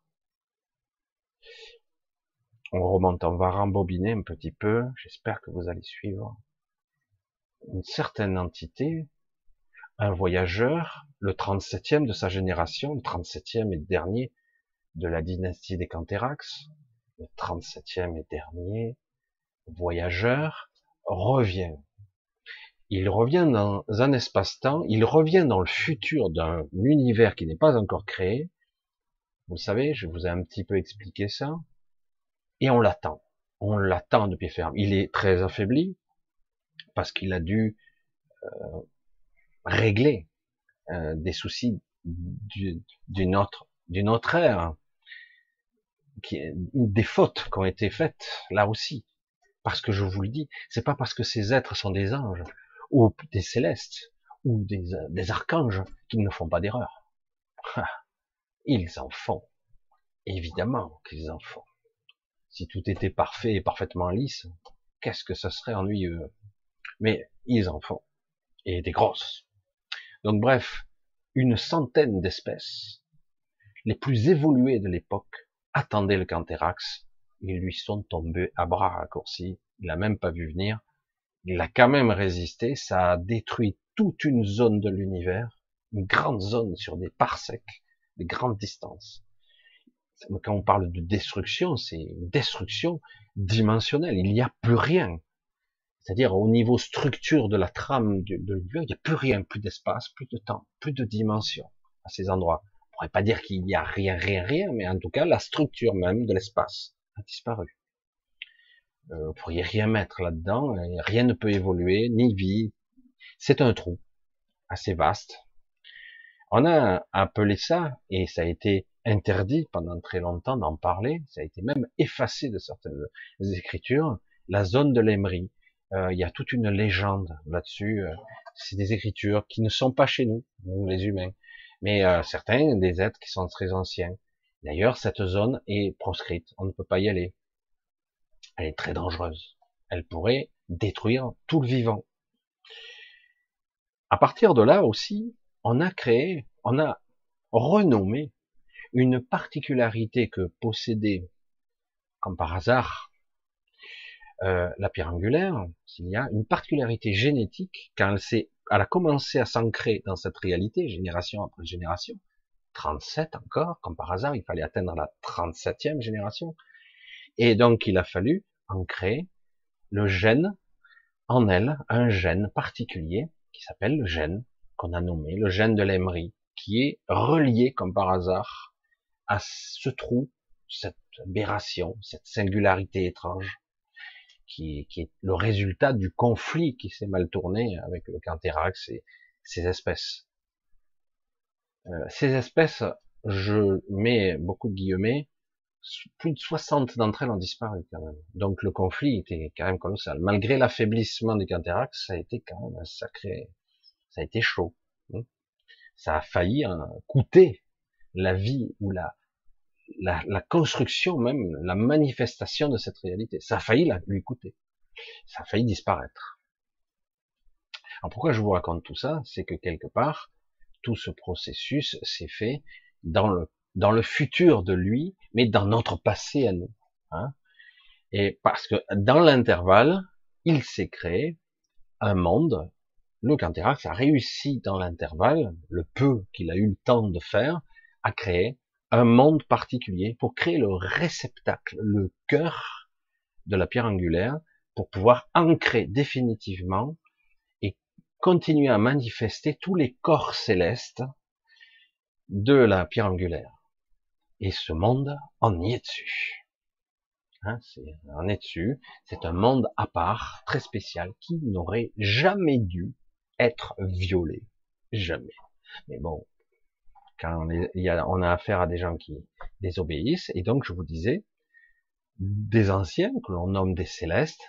On remonte, on va rembobiner un petit peu, j'espère que vous allez suivre. Une certaine entité, un voyageur, le trente-septième de sa génération, le trente-septième et dernier de la dynastie des Canthérax, le trente-septième et dernier voyageur, revient. Il revient dans un espace-temps, il revient dans le futur d'un univers qui n'est pas encore créé. Vous savez, je vous ai un petit peu expliqué ça. Et on l'attend. On l'attend de pied ferme. Il est très affaibli parce qu'il a dû euh, régler euh, des soucis d'une autre, d'une autre ère, qui est des fautes qui ont été faites là aussi. Parce que je vous le dis, c'est pas parce que ces êtres sont des anges ou des célestes ou des, des archanges qu'ils ne font pas d'erreur. Ils en font. Évidemment qu'ils en font. Si tout était parfait et parfaitement lisse, qu'est-ce que ça serait ennuyeux. Mais ils en font. Et des grosses. Donc bref, une centaine d'espèces, les plus évoluées de l'époque, attendaient le Canthérax. Ils lui sont tombés à bras raccourcis. Il n'a même pas vu venir. Il a quand même résisté. Ça a détruit toute une zone de l'univers, une grande zone sur des parsecs, des grandes distances. Quand on parle de destruction, c'est une destruction dimensionnelle. Il n'y a plus rien. C'est-à-dire au niveau structure de la trame de, de l'univers, il n'y a plus rien, plus d'espace, plus de temps, plus de dimension à ces endroits. On pourrait pas dire qu'il n'y a rien, rien, rien, mais en tout cas, la structure même de l'espace a disparu. Euh, vous pourriez rien mettre là-dedans, et rien ne peut évoluer, ni vie. C'est un trou assez vaste. On a appelé ça, et ça a été interdit pendant très longtemps d'en parler, ça a été même effacé de certaines écritures, la zone de l'Emery. Euh, il y a toute une légende là-dessus. Euh, c'est des écritures qui ne sont pas chez nous, nous les humains, mais euh, certains des êtres qui sont très anciens. D'ailleurs, cette zone est proscrite, on ne peut pas y aller. Elle est très dangereuse. Elle pourrait détruire tout le vivant. À partir de là aussi, on a créé, on a renommé une particularité que possédait, comme par hasard, euh, la pierre angulaire, s'il y a une particularité génétique, quand elle s'est, elle a commencé à s'ancrer dans cette réalité, génération après génération, trente-sept encore, comme par hasard, il fallait atteindre la trente-septième génération, et donc il a fallu ancrer le gène en elle, un gène particulier, qui s'appelle le gène, qu'on a nommé le gène de l'Emery, qui est relié, comme par hasard, à ce trou, cette aberration, cette singularité étrange, qui, qui est le résultat du conflit qui s'est mal tourné avec le Canthérax et ces espèces. Euh, ces espèces, je mets beaucoup de guillemets, Plus de soixante d'entre elles ont disparu quand même. Donc le conflit était quand même colossal. Malgré l'affaiblissement du Canterac, ça a été quand même un sacré, ça a été chaud. Ça a failli hein, coûter la vie ou la, la, la construction même, la manifestation de cette réalité. Ça a failli la, lui coûter. Ça a failli disparaître. Alors pourquoi je vous raconte tout ça? C'est que quelque part, tout ce processus s'est fait dans le dans le futur de lui, mais dans notre passé à nous. Hein. Et parce que dans l'intervalle, il s'est créé un monde. Le Canterax a réussi dans l'intervalle, le peu qu'il a eu le temps de faire, à créer un monde particulier pour créer le réceptacle, le cœur de la pierre angulaire, pour pouvoir ancrer définitivement et continuer à manifester tous les corps célestes de la pierre angulaire. Et ce monde, on y est dessus. Hein, c'est, on est dessus. C'est un monde à part, très spécial, qui n'aurait jamais dû être violé. Jamais. Mais bon, quand on, est, il y a, on a affaire à des gens qui désobéissent, et donc je vous disais, des anciens, que l'on nomme des célestes,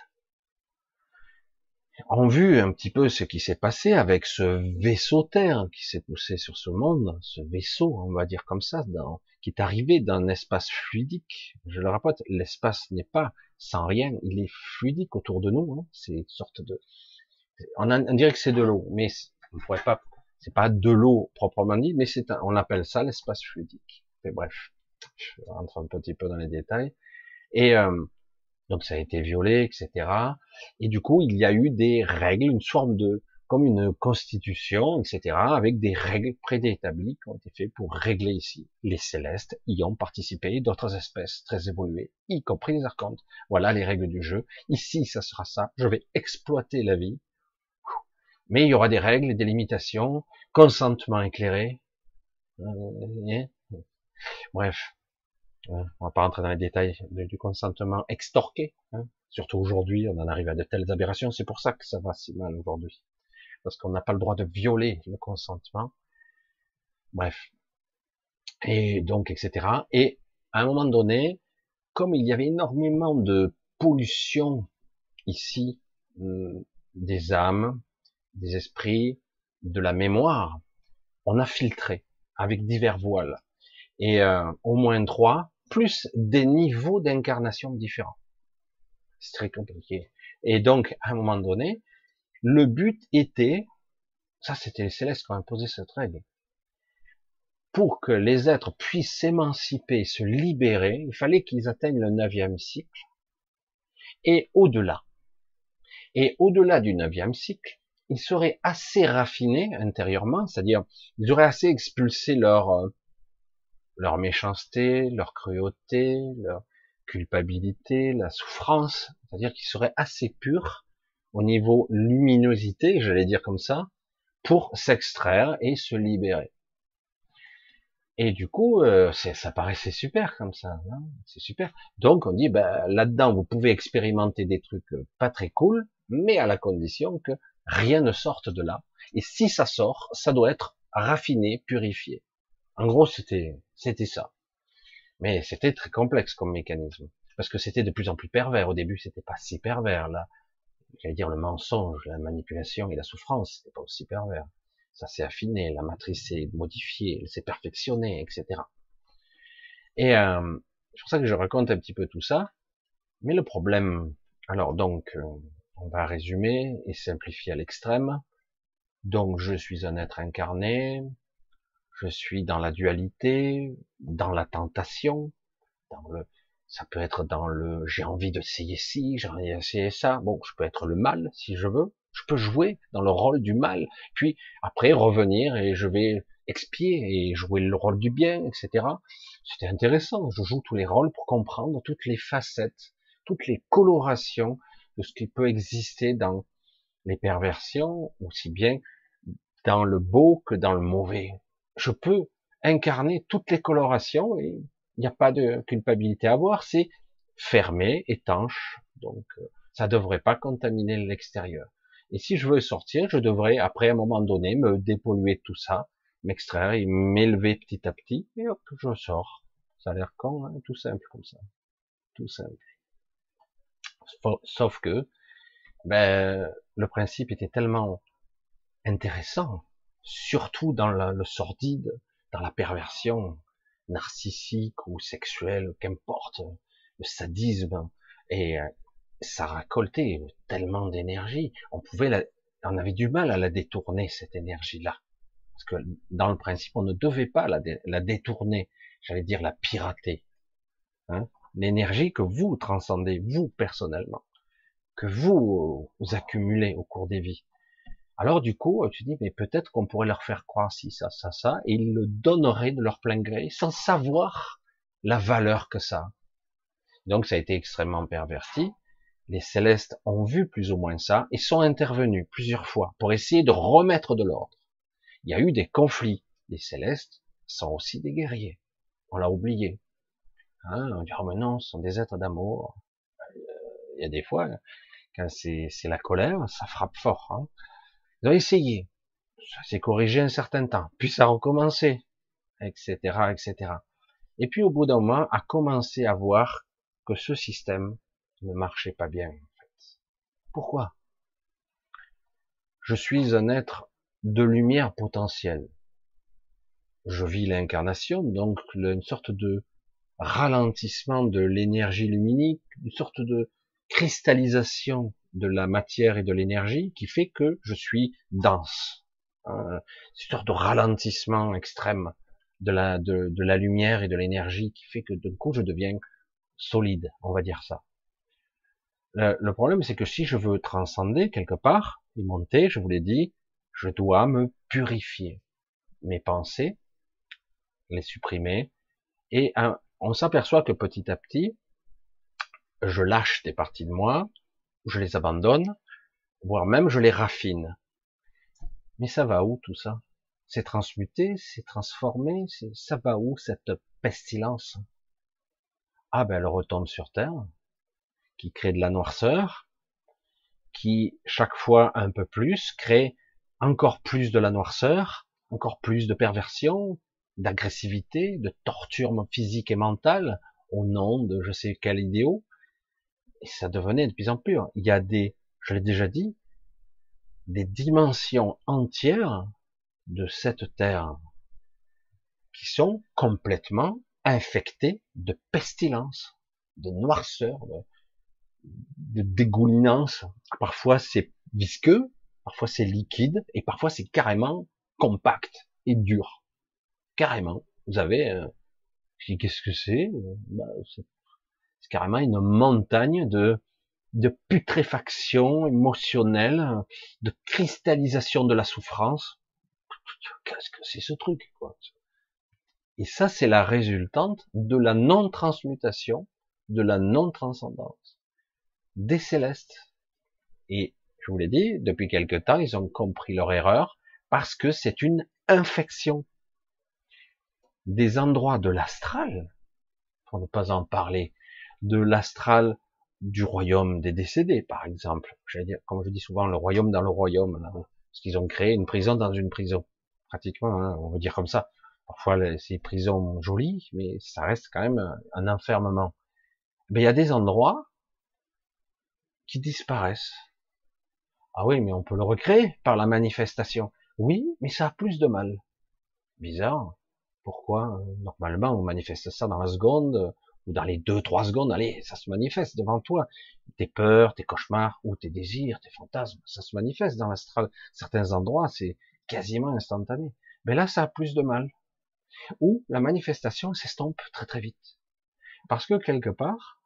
ont vu un petit peu ce qui s'est passé avec ce vaisseau Terre qui s'est poussé sur ce monde, ce vaisseau, on va dire comme ça, dans, qui est arrivé d'un espace fluidique. Je le répète, l'espace n'est pas sans rien, il est fluidique autour de nous. Hein. C'est une sorte de, on, a, on dirait que c'est de l'eau, mais on pourrait pas, c'est pas de l'eau proprement dit, mais c'est, un, on appelle ça l'espace fluidique. Mais bref, je rentre un petit peu dans les détails. Et euh, donc ça a été violé, et cetera. Et du coup, il y a eu des règles, une forme de, comme une constitution, et cetera, avec des règles préétablies qui ont été faites pour régler ici. Les célestes y ont participé, d'autres espèces très évoluées, y compris les archontes. Voilà les règles du jeu. Ici, ça sera ça. Je vais exploiter la vie. Mais il y aura des règles, des limitations, consentement éclairé. Euh, Bref. On va pas rentrer dans les détails du consentement extorqué. Hein. Surtout aujourd'hui, on en arrive à de telles aberrations. C'est pour ça que ça va si mal aujourd'hui. Parce qu'on n'a pas le droit de violer le consentement. Bref. Et donc, et cetera. Et à un moment donné, comme il y avait énormément de pollution ici, des âmes, des esprits, de la mémoire, on a filtré avec divers voiles. Et euh, au moins trois, plus des niveaux d'incarnation différents. C'est très compliqué. Et donc, à un moment donné, le but était, ça c'était les célestes qui ont imposé cette règle, pour que les êtres puissent s'émanciper, se libérer, il fallait qu'ils atteignent le neuvième cycle, et au-delà. Et au-delà du neuvième cycle, ils seraient assez raffinés intérieurement, c'est-à-dire, ils auraient assez expulsé leur, leur méchanceté, leur cruauté, leur culpabilité, la souffrance, c'est-à-dire qu'ils seraient assez purs au niveau luminosité, j'allais dire comme ça, pour s'extraire et se libérer. Et du coup, euh, ça paraissait super comme ça, hein, c'est super. Donc on dit, ben, là-dedans, vous pouvez expérimenter des trucs pas très cool, mais à la condition que rien ne sorte de là. Et si ça sort, ça doit être raffiné, purifié. En gros, c'était c'était ça. Mais c'était très complexe comme mécanisme, parce que c'était de plus en plus pervers. Au début, c'était pas si pervers, là. J'allais dire le mensonge, la manipulation et la souffrance, c'était pas aussi pervers. Ça s'est affiné, la matrice s'est modifiée, elle s'est perfectionnée, et cetera. Et euh, c'est pour ça que je raconte un petit peu tout ça. Mais le problème, alors donc, euh, on va résumer et simplifier à l'extrême. Donc, je suis un être incarné, je suis dans la dualité, dans la tentation, dans le, ça peut être dans le, j'ai envie d'essayer ci, j'ai envie d'essayer ça. Bon, je peux être le mal si je veux. Je peux jouer dans le rôle du mal, puis après revenir et je vais expier et jouer le rôle du bien, et cetera. C'était intéressant. Je joue tous les rôles pour comprendre toutes les facettes, toutes les colorations de ce qui peut exister dans les perversions, aussi bien dans le beau que dans le mauvais. Je peux incarner toutes les colorations et il n'y a pas de culpabilité à avoir, c'est fermé, étanche, donc ça devrait pas contaminer l'extérieur. Et si je veux sortir, je devrais, après un moment donné, me dépolluer de tout ça, m'extraire et m'élever petit à petit, et hop, je sors. Ça a l'air con, hein, tout simple comme ça, tout simple. Sauf que, ben, le principe était tellement intéressant, surtout dans la, le sordide, dans la perversion narcissique ou sexuelle, qu'importe, le sadisme, et euh, ça récoltait tellement d'énergie, on pouvait la, on avait du mal à la détourner, cette énergie-là. Parce que dans le principe, on ne devait pas la, dé, la détourner, j'allais dire la pirater. Hein, l'énergie que vous transcendez, vous personnellement, que vous, vous accumulez au cours des vies. Alors du coup, tu dis, mais peut-être qu'on pourrait leur faire croire si ça, ça, ça, et ils le donneraient de leur plein gré, sans savoir la valeur que ça a. Donc ça a été extrêmement perverti. Les célestes ont vu plus ou moins ça, et sont intervenus plusieurs fois pour essayer de remettre de l'ordre. Il y a eu des conflits. Les célestes sont aussi des guerriers. On l'a oublié. Hein, on dit, oh mais non, ce sont des êtres d'amour. Il y a des fois, quand c'est la colère, ça frappe fort. Hein. Ils ont essayé. Ça s'est corrigé un certain temps. Puis ça a recommencé, et cetera, et cetera. Et puis au bout d'un moment, a commencé à voir que ce système ne marchait pas bien. En fait. Pourquoi? Je suis un être de lumière potentielle. Je vis l'incarnation, donc une sorte de ralentissement de l'énergie luminique, une sorte de cristallisation de la matière et de l'énergie qui fait que je suis dense. Euh, une sorte de ralentissement extrême de la, de, de la lumière et de l'énergie qui fait que d'un coup je deviens solide, on va dire ça. Le, le problème c'est que si je veux transcender quelque part et monter, je vous l'ai dit, je dois me purifier. Mes pensées, les supprimer, et un, on s'aperçoit que petit à petit, je lâche des parties de moi, je les abandonne, voire même je les raffine. Mais ça va où tout ça? C'est transmuté, c'est transformé, ça va où cette pestilence? Ah ben elle retombe sur Terre, qui crée de la noirceur, qui chaque fois un peu plus crée encore plus de la noirceur, encore plus de perversion, d'agressivité, de torture physique et mentale, au nom de je sais quel idéal. Et ça devenait de plus en plus. Il y a des, je l'ai déjà dit, des dimensions entières de cette terre qui sont complètement infectées de pestilence, de noirceur, de, de dégoulinance. Parfois c'est visqueux, parfois c'est liquide, et parfois c'est carrément compact et dur. Carrément. Vous avez, euh, qu'est-ce que c'est? Bah, c'est carrément une montagne de de putréfaction émotionnelle, de cristallisation de la souffrance. Qu'est-ce que c'est ce truc, quoi? Et ça, c'est la résultante de la non-transmutation, de la non-transcendance des célestes. Et je vous l'ai dit, depuis quelque temps, ils ont compris leur erreur parce que c'est une infection. Des endroits de l'astral, pour ne pas en parler, de l'astral du royaume des décédés, par exemple. J'allais dire, comme je dis souvent, le royaume dans le royaume, là, parce qu'ils ont créé une prison dans une prison, pratiquement, hein, on va dire comme ça. Parfois, c'est une prison jolie, mais ça reste quand même un enfermement. Mais il y a des endroits qui disparaissent. Ah oui, mais on peut le recréer par la manifestation. Oui, mais ça a plus de mal. Bizarre. Pourquoi? Normalement, on manifeste ça dans la seconde, ou dans les deux, trois secondes, allez, ça se manifeste devant toi. Tes peurs, tes cauchemars, ou tes désirs, tes fantasmes, ça se manifeste dans l'astral. Certains endroits, c'est quasiment instantané. Mais là, ça a plus de mal. Ou la manifestation s'estompe très très vite. Parce que quelque part,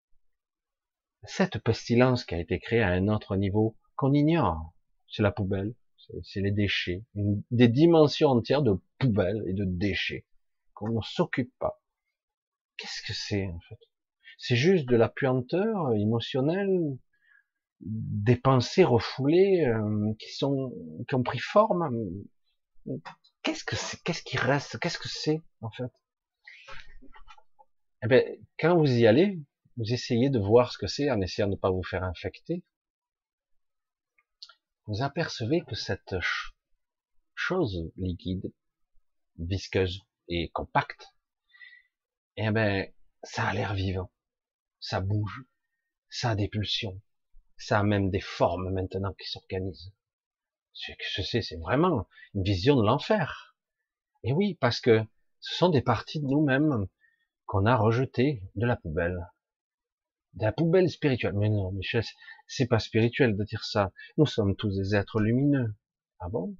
cette pestilence qui a été créée à un autre niveau, qu'on ignore, c'est la poubelle, c'est les déchets, une, des dimensions entières de poubelles et de déchets qu'on ne s'occupe pas. Qu'est-ce que c'est en fait? C'est juste de la puanteur émotionnelle, des pensées refoulées euh, qui sont qui ont pris forme. Qu'est-ce que c'est? Qu'est-ce qui reste? Qu'est-ce que c'est en fait? Eh ben, quand vous y allez, vous essayez de voir ce que c'est en essayant de ne pas vous faire infecter. Vous apercevez que cette chose liquide, visqueuse et compacte eh ben, ça a l'air vivant, ça bouge, ça a des pulsions, ça a même des formes maintenant qui s'organisent. Ce que je sais, c'est vraiment une vision de l'enfer. Et oui, parce que ce sont des parties de nous-mêmes qu'on a rejetées de la poubelle. De la poubelle spirituelle. Mais non, Michel, c'est pas spirituel de dire ça. Nous sommes tous des êtres lumineux. Ah bon?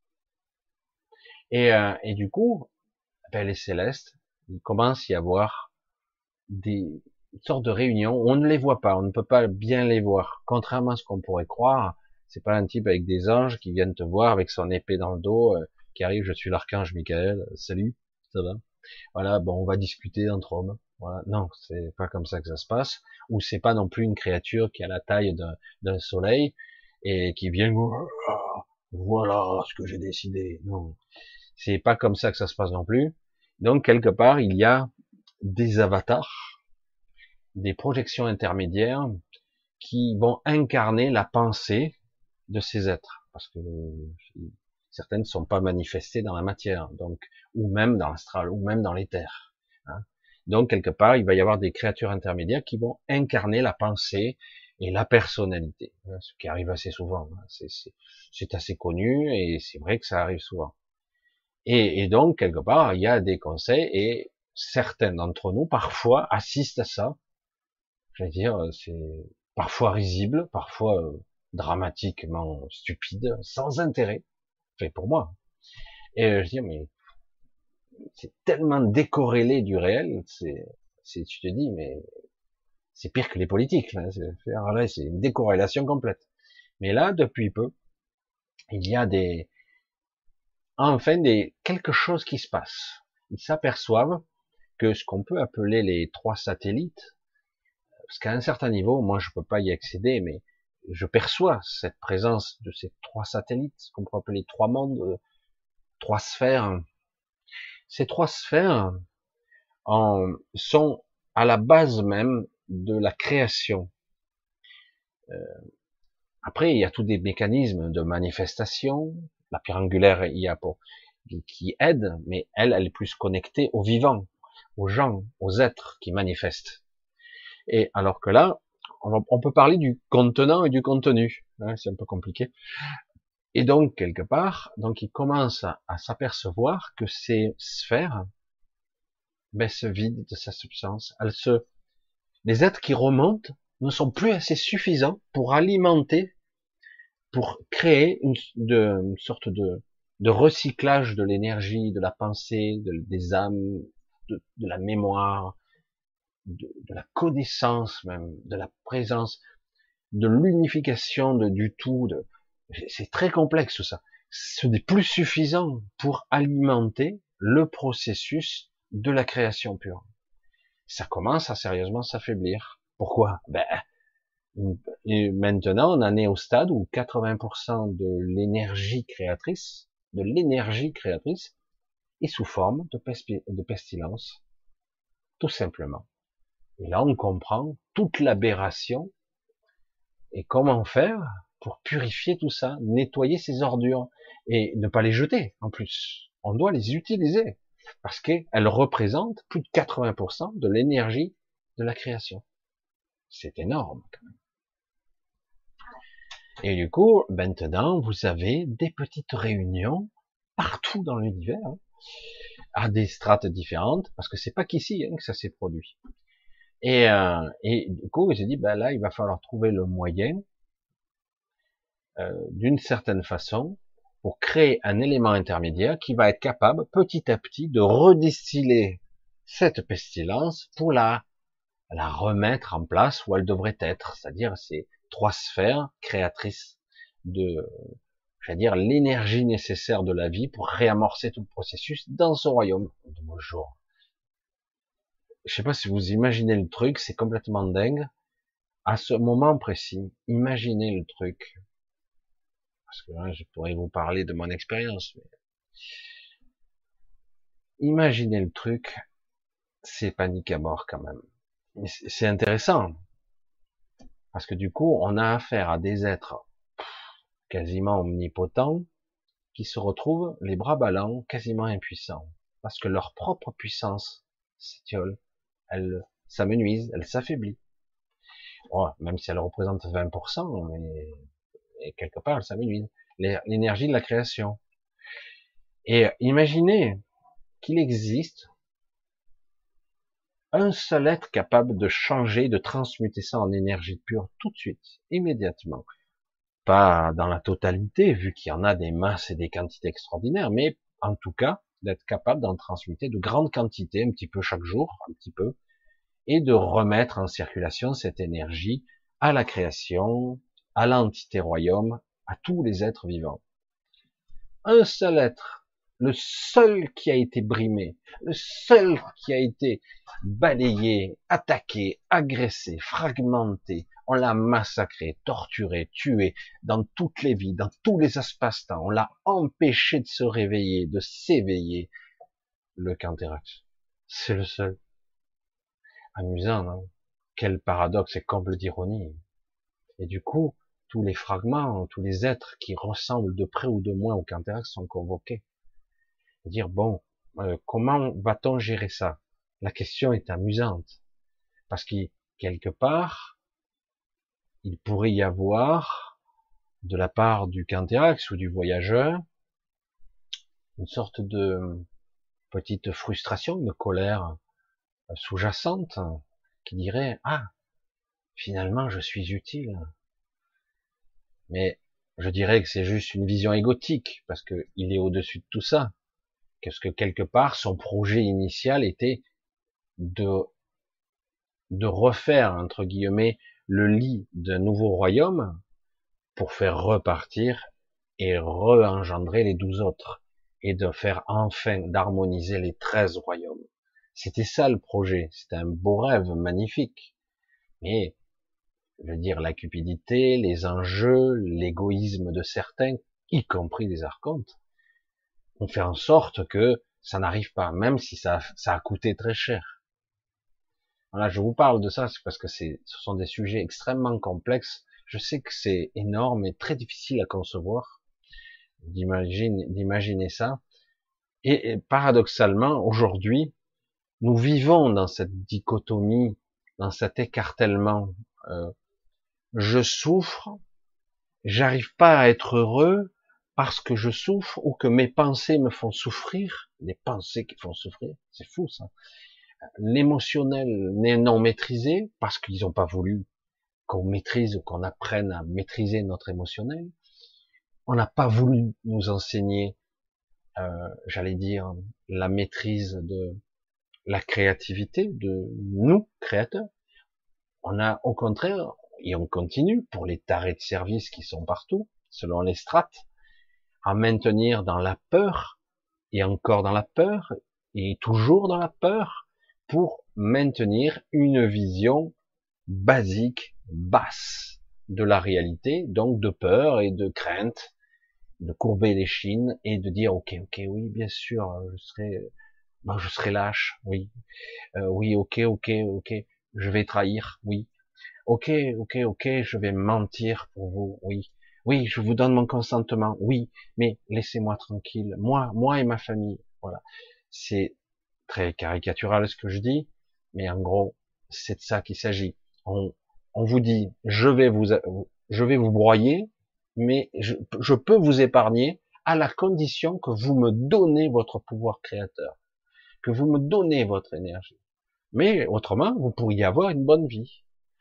Et, euh, et du coup, ben, les célestes, il commence à y avoir des sortes de réunions où on ne les voit pas, on ne peut pas bien les voir. Contrairement à ce qu'on pourrait croire, c'est pas un type avec des anges qui viennent te voir avec son épée dans le dos, euh, qui arrive, je suis l'archange Michael, salut, ça va? Voilà, bon, on va discuter entre hommes. Voilà, non, c'est pas comme ça que ça se passe. Ou c'est pas non plus une créature qui a la taille d'un d'un soleil et qui vient, voilà ce que j'ai décidé. Non, c'est pas comme ça que ça se passe non plus. Donc quelque part, il y a des avatars, des projections intermédiaires qui vont incarner la pensée de ces êtres, parce que certaines ne sont pas manifestées dans la matière, donc ou même dans l'astral, ou même dans l'éther. Hein. Donc quelque part, il va y avoir des créatures intermédiaires qui vont incarner la pensée et la personnalité, hein, ce qui arrive assez souvent. Hein. C'est assez connu et c'est vrai que ça arrive souvent. Et, et donc quelque part, il y a des conseils et certains d'entre nous parfois assistent à ça. Je veux dire, c'est parfois risible, parfois euh, dramatiquement stupide, sans intérêt, fait pour moi. Et euh, je dis, mais c'est tellement décorrélé du réel, c'est, c'est, tu te dis, mais c'est pire que les politiques, là, c'est, c'est une décorrélation complète. Mais là, depuis peu, il y a des, enfin, des, quelque chose qui se passe. Ils s'aperçoivent que ce qu'on peut appeler les trois satellites, parce qu'à un certain niveau, moi je peux pas y accéder, mais je perçois cette présence de ces trois satellites, ce qu'on peut appeler trois mondes, euh, trois sphères. Ces trois sphères en, sont à la base même de la création. Euh, après, il y a tous des mécanismes de manifestation. La pierre angulaire y a pour, qui aide, mais elle, elle est plus connectée aux vivants, aux gens, aux êtres qui manifestent. Et alors que là, on, va, on peut parler du contenant et du contenu. Hein, c'est un peu compliqué. Et donc, quelque part, donc il commence à, à s'apercevoir que ces sphères ben, se vident de sa substance. Elles se, les êtres qui remontent ne sont plus assez suffisants pour alimenter, pour créer une, de, une sorte de, de recyclage de l'énergie, de la pensée, de, des âmes, de, de la mémoire, de, de la connaissance même, de la présence, de l'unification de, du tout. De, c'est très complexe tout ça. Ce n'est plus suffisant pour alimenter le processus de la création pure. Ça commence à sérieusement s'affaiblir. Pourquoi? Ben, et maintenant, on en est au stade où quatre-vingts pour cent de l'énergie créatrice, de l'énergie créatrice, est sous forme de, de pestilence, tout simplement. Et là, on comprend toute l'aberration et comment faire pour purifier tout ça, nettoyer ces ordures et ne pas les jeter en plus. On doit les utiliser parce qu'elles représentent plus de quatre-vingts pour cent de l'énergie de la création. C'est énorme quand même. Et du coup, maintenant, vous avez des petites réunions partout dans l'univers, hein, à des strates différentes, parce que c'est pas qu'ici hein, que ça s'est produit. Et, euh, et du coup, j'ai dit, ben là, il va falloir trouver le moyen, euh, d'une certaine façon, pour créer un élément intermédiaire qui va être capable, petit à petit, de redistiller cette pestilence pour la, la remettre en place où elle devrait être, c'est-à-dire ces trois sphères créatrices de, j'allais dire, l'énergie nécessaire de la vie pour réamorcer tout le processus dans son royaume de nos jours. Je sais pas si vous imaginez le truc, c'est complètement dingue. À ce moment précis, imaginez le truc. Parce que là, je pourrais vous parler de mon expérience. Mais... imaginez le truc, c'est panique à mort quand même. Mais c'est intéressant. Parce que du coup, on a affaire à des êtres quasiment omnipotents qui se retrouvent les bras ballants, quasiment impuissants. Parce que leur propre puissance s'étiole. elle s'amenuise, elle s'affaiblit. Bon, même si elle représente vingt pour cent, mais et quelque part, elle s'amenuise. L'énergie de la création. Et imaginez qu'il existe un seul être capable de changer, de transmuter ça en énergie pure tout de suite, immédiatement. Pas dans la totalité, vu qu'il y en a des masses et des quantités extraordinaires, mais en tout cas, d'être capable d'en transmuter de grandes quantités, un petit peu chaque jour, un petit peu, et de remettre en circulation cette énergie à la création, à l'entité royaume, à tous les êtres vivants. Un seul être, le seul qui a été brimé, le seul qui a été balayé, attaqué, agressé, fragmenté, on l'a massacré, torturé, tué dans toutes les vies, dans tous les espaces-temps, on l'a empêché de se réveiller, de s'éveiller, le Canthérax. C'est le seul. Amusant, non? Quel paradoxe et comble d'ironie. Et du coup, tous les fragments, tous les êtres qui ressemblent de près ou de loin au Canthérax sont convoqués. Et dire, bon, euh, comment va-t-on gérer ça? La question est amusante. Parce que, quelque part, il pourrait y avoir, de la part du Canthérax ou du voyageur, une sorte de petite frustration, de colère sous-jacente, qui dirait, ah, finalement, je suis utile. Mais je dirais que c'est juste une vision égotique, parce que il est au-dessus de tout ça. Parce que quelque part, son projet initial était de, de refaire, entre guillemets, le lit d'un nouveau royaume pour faire repartir et re-engendrer les douze autres, et de faire enfin, d'harmoniser les treize royaumes. C'était ça le projet. C'était un beau rêve magnifique. Mais, je veux dire, la cupidité, les enjeux, l'égoïsme de certains, y compris des archontes, ont fait en sorte que ça n'arrive pas, même si ça, ça a coûté très cher. Voilà, je vous parle de ça, c'est parce que c'est, ce sont des sujets extrêmement complexes. Je sais que c'est énorme et très difficile à concevoir, d'imaginer, d'imaginer ça. Et, et paradoxalement, aujourd'hui, nous vivons dans cette dichotomie, dans cet écartèlement. Euh, je souffre, j'arrive pas à être heureux parce que je souffre ou que mes pensées me font souffrir. Les pensées qui font souffrir, c'est fou ça. L'émotionnel n'est non maîtrisé parce qu'ils n'ont pas voulu qu'on maîtrise ou qu'on apprenne à maîtriser notre émotionnel. On n'a pas voulu nous enseigner, euh, j'allais dire, la maîtrise de la créativité de nous, créateurs. On a, au contraire, et on continue, pour les tarés de service qui sont partout, selon les strates, à maintenir dans la peur, et encore dans la peur, et toujours dans la peur, pour maintenir une vision basique, basse de la réalité, donc de peur et de crainte, de courber les chines et de dire ok, ok, oui, bien sûr, je serai, ben, je serai lâche, oui, euh, oui, ok, ok, ok, je vais trahir, oui, ok, ok, ok, je vais mentir pour vous, oui, oui, je vous donne mon consentement, oui, mais laissez-moi tranquille, moi, moi et ma famille, voilà. C'est très caricatural ce que je dis, mais en gros, c'est de ça qu'il s'agit. On, on vous dit, je vais vous, je vais vous broyer, mais je, je peux vous épargner à la condition que vous me donnez votre pouvoir créateur, que vous me donnez votre énergie. Mais autrement, vous pourriez avoir une bonne vie.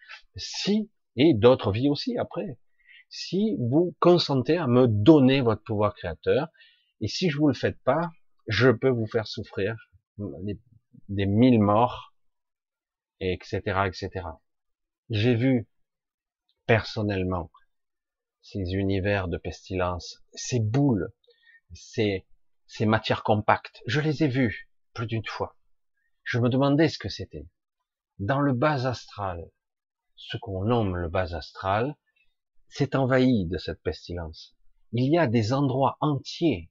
Si, et d'autres vies aussi après, si vous consentez à me donner votre pouvoir créateur, et si je vous le faites pas, je peux vous faire souffrir des, des mille morts, et etc., et cetera. J'ai vu personnellement ces univers de pestilence, ces boules, ces, ces matières compactes. Je les ai vus plus d'une fois. Je me demandais ce que c'était. Dans le bas astral, ce qu'on nomme le bas astral, c'est envahi de cette pestilence. Il y a des endroits entiers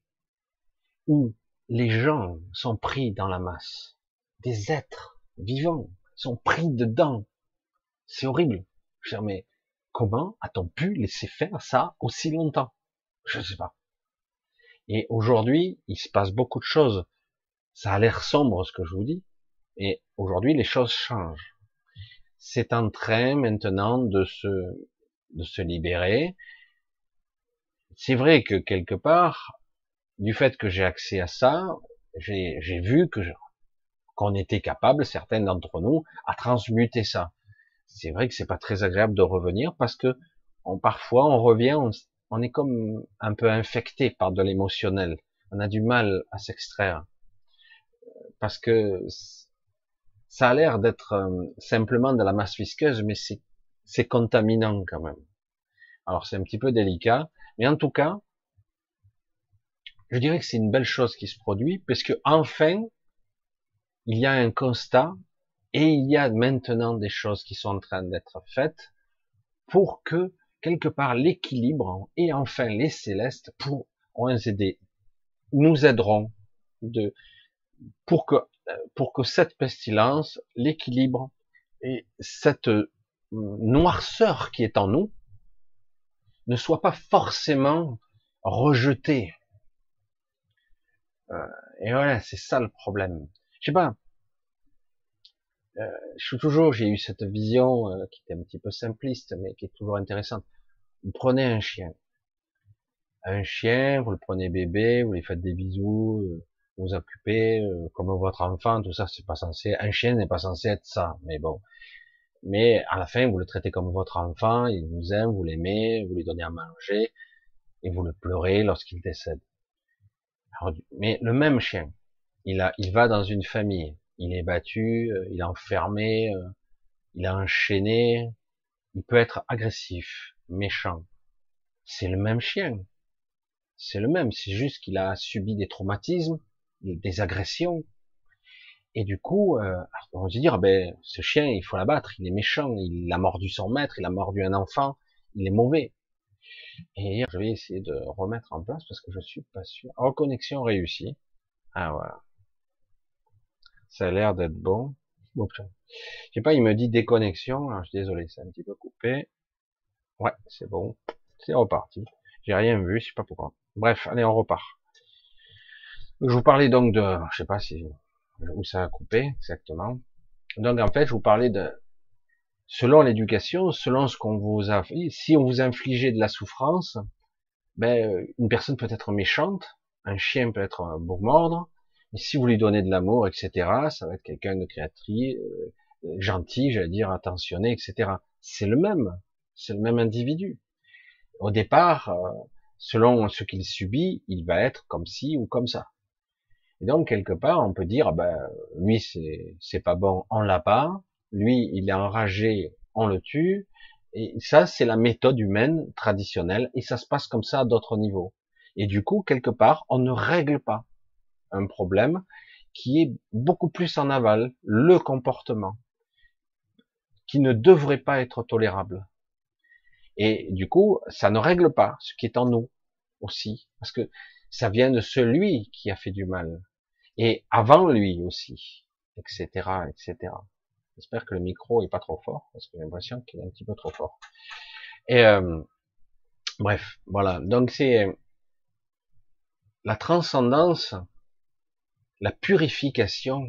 où les gens sont pris dans la masse. Des êtres vivants sont pris dedans. C'est horrible. Je veux dire, mais comment a-t-on pu laisser faire ça aussi longtemps? Je ne sais pas. Et aujourd'hui, il se passe beaucoup de choses. Ça a l'air sombre ce que je vous dis, Et aujourd'hui, les choses changent. C'est en train maintenant de se, de se libérer. C'est vrai que quelque part, du fait que j'ai accès à ça, j'ai, j'ai vu que je, qu'on était capable, certains d'entre nous, à transmuter ça. C'est vrai que c'est pas très agréable de revenir parce que on, parfois on revient, on, on est comme un peu infecté par de l'émotionnel. On a du mal à s'extraire parce que ça a l'air d'être euh, simplement de la masse visqueuse, mais c'est c'est contaminant quand même. Alors c'est un petit peu délicat, mais en tout cas, je dirais que c'est une belle chose qui se produit parce que enfin il y a un constat et il y a maintenant des choses qui sont en train d'être faites pour que quelque part l'équilibre et enfin les célestes pourront nous aider, nous aideront de pour que pour que cette pestilence, l'équilibre et cette noirceur qui est en nous ne soit pas forcément rejetée. Euh, et voilà, c'est ça le problème. Je sais pas. Euh, je suis toujours, j'ai eu cette vision euh, qui était un petit peu simpliste, mais qui est toujours intéressante. Vous prenez un chien, un chien, vous le prenez bébé, vous lui faites des bisous, euh, vous vous occupez euh, comme votre enfant, tout ça, c'est pas censé. Un chien n'est pas censé être ça, mais bon. Mais à la fin, vous le traitez comme votre enfant, il vous aime, vous l'aimez, vous lui donnez à manger, et vous le pleurez lorsqu'il décède. Alors, mais le même chien, il a, il va dans une famille, il est battu, euh, il est enfermé, euh, il est enchaîné, il peut être agressif, méchant. C'est le même chien, c'est le même, c'est juste qu'il a subi des traumatismes, des agressions, et du coup, euh, on se dit, ah ben, ce chien, il faut l'abattre, il est méchant, il a mordu son maître, il a mordu un enfant, il est mauvais. Et je vais essayer de remettre en place parce que je suis pas sûr. Reconnexion réussie. Ah voilà. Ça a l'air d'être bon. Bon, je sais pas, il me dit déconnexion. Alors, je suis désolé, c'est un petit peu coupé. Ouais, c'est bon. C'est reparti. J'ai rien vu, je sais pas pourquoi. Bref, allez, on repart. Je vous parlais donc de, je sais pas si, où ça a coupé exactement. Donc, en fait, je vous parlais de, selon l'éducation, selon ce qu'on vous a fait, si on vous infligeait de la souffrance, ben, une personne peut être méchante, un chien peut être un beau mordre, et si vous lui donnez de l'amour, et cetera, ça va être quelqu'un de créatrice, euh, gentil, j'allais dire, attentionné, et cetera. C'est le même, c'est le même individu. Au départ, euh, selon ce qu'il subit, il va être comme ci ou comme ça. Et donc, quelque part, on peut dire, ben, lui, c'est, c'est pas bon, on l'a pas. Lui, il est enragé, on le tue. Et ça, c'est la méthode humaine traditionnelle. Et ça se passe comme ça à d'autres niveaux. Et du coup, quelque part, on ne règle pas un problème qui est beaucoup plus en aval, le comportement, qui ne devrait pas être tolérable. Et du coup, ça ne règle pas ce qui est en nous aussi. Parce que ça vient de celui qui a fait du mal. Et avant lui aussi, et cetera, et cetera. J'espère que le micro est pas trop fort, parce que j'ai l'impression qu'il est un petit peu trop fort. Et euh, bref, voilà. Donc c'est la transcendance, la purification,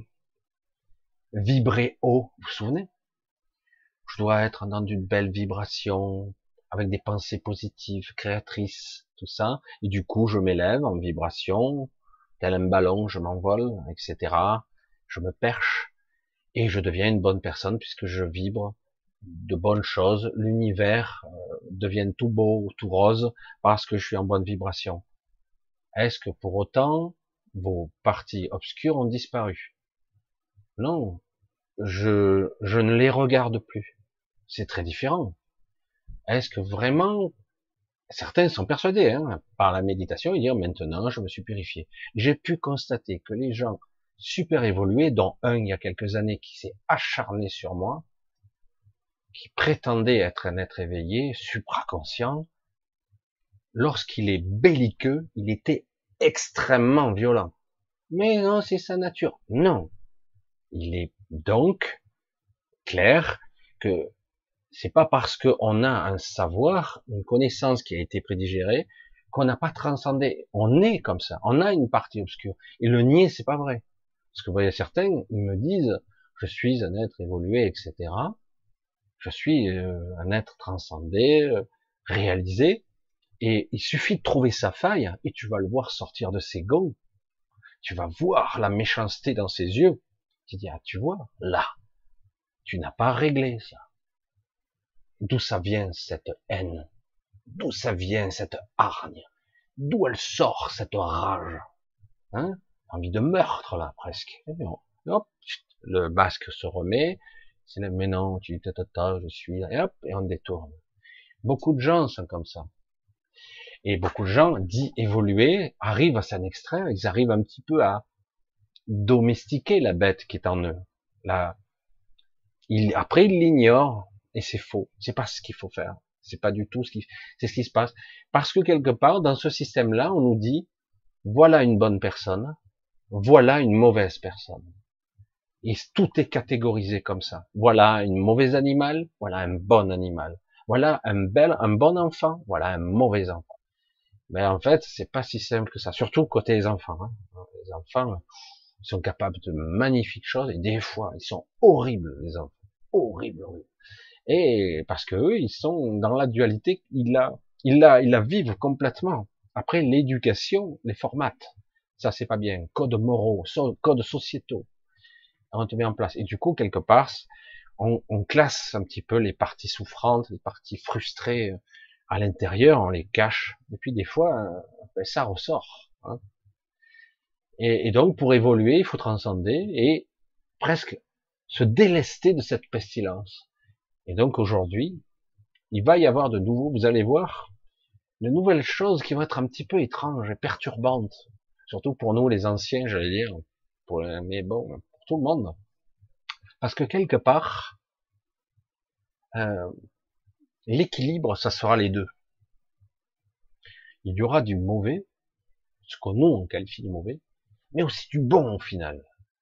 vibrer haut. Vous vous souvenez? Je dois être dans une belle vibration, avec des pensées positives, créatrices, tout ça. Et du coup, je m'élève en vibration, tel un ballon, je m'envole, et cetera. Je me perche. Et je deviens une bonne personne puisque je vibre de bonnes choses. L'univers euh, devient tout beau, tout rose parce que je suis en bonne vibration. Est-ce que pour autant vos parties obscures ont disparu? Non, je, je ne les regarde plus. C'est très différent. Est-ce que vraiment, certains sont persuadés hein, par la méditation, ils disent maintenant je me suis purifié. J'ai pu constater que les gens super évolués, dont un il y a quelques années qui s'est acharné sur moi, qui prétendait être un être éveillé, supraconscient, lorsqu'il est belliqueux, il était extrêmement violent. Mais non, c'est sa nature. Non. Il est donc clair que c'est pas parce qu'on a un savoir, une connaissance qui a été prédigérée, qu'on n'a pas transcendé. On est comme ça. On a une partie obscure. Et le nier, c'est pas vrai. Parce que vous voyez, certains, ils me disent, je suis un être évolué, et cetera. Je suis euh, un être transcendé, euh, réalisé, et il suffit de trouver sa faille, et tu vas le voir sortir de ses gonds, tu vas voir la méchanceté dans ses yeux, tu dis, ah, tu vois, là, tu n'as pas réglé ça. D'où ça vient cette haine? D'où ça vient cette hargne? D'où elle sort cette rage? Hein? Envie de meurtre, là, presque. Et bien, hop, le masque se remet, c'est là, mais non, tu dis, tata, je suis là, et hop, et on détourne. Beaucoup de gens sont comme ça. Et beaucoup de gens, dits évolués, arrivent à s'en extraire, ils arrivent un petit peu à domestiquer la bête qui est en eux. Là, ils, après, ils l'ignorent, et c'est faux. C'est pas ce qu'il faut faire. C'est pas du tout ce qui, c'est ce qui se passe. Parce que quelque part, dans ce système-là, on nous dit, voilà une bonne personne, voilà une mauvaise personne. Et tout est catégorisé comme ça. Voilà une mauvaise animal, voilà un bon animal. Voilà un bel, un bon enfant, voilà un mauvais enfant. Mais en fait, c'est pas si simple que ça. Surtout côté des enfants. Hein. Les enfants, ils sont capables de magnifiques choses et des fois, ils sont horribles, les enfants. Horribles, horribles. Et parce que eux, ils sont dans la dualité, ils la, ils la, ils la vivent complètement. Après, l'éducation les formate. Ça, c'est pas bien. Codes moraux, so, codes sociétaux. On te met en place. Et du coup, quelque part, on, on classe un petit peu les parties souffrantes, les parties frustrées à l'intérieur, on les cache. Et puis des fois, ben, ça ressort. Hein. Et, et donc, pour évoluer, il faut transcender et presque se délester de cette pestilence. Et donc aujourd'hui, il va y avoir de nouveau, vous allez voir, de nouvelles choses qui vont être un petit peu étranges et perturbantes. Surtout pour nous, les anciens, j'allais dire, pour, mais bon, pour tout le monde. Parce que quelque part, euh, l'équilibre, ça sera les deux. Il y aura du mauvais, ce qu'on nous on qualifie de mauvais, mais aussi du bon au final.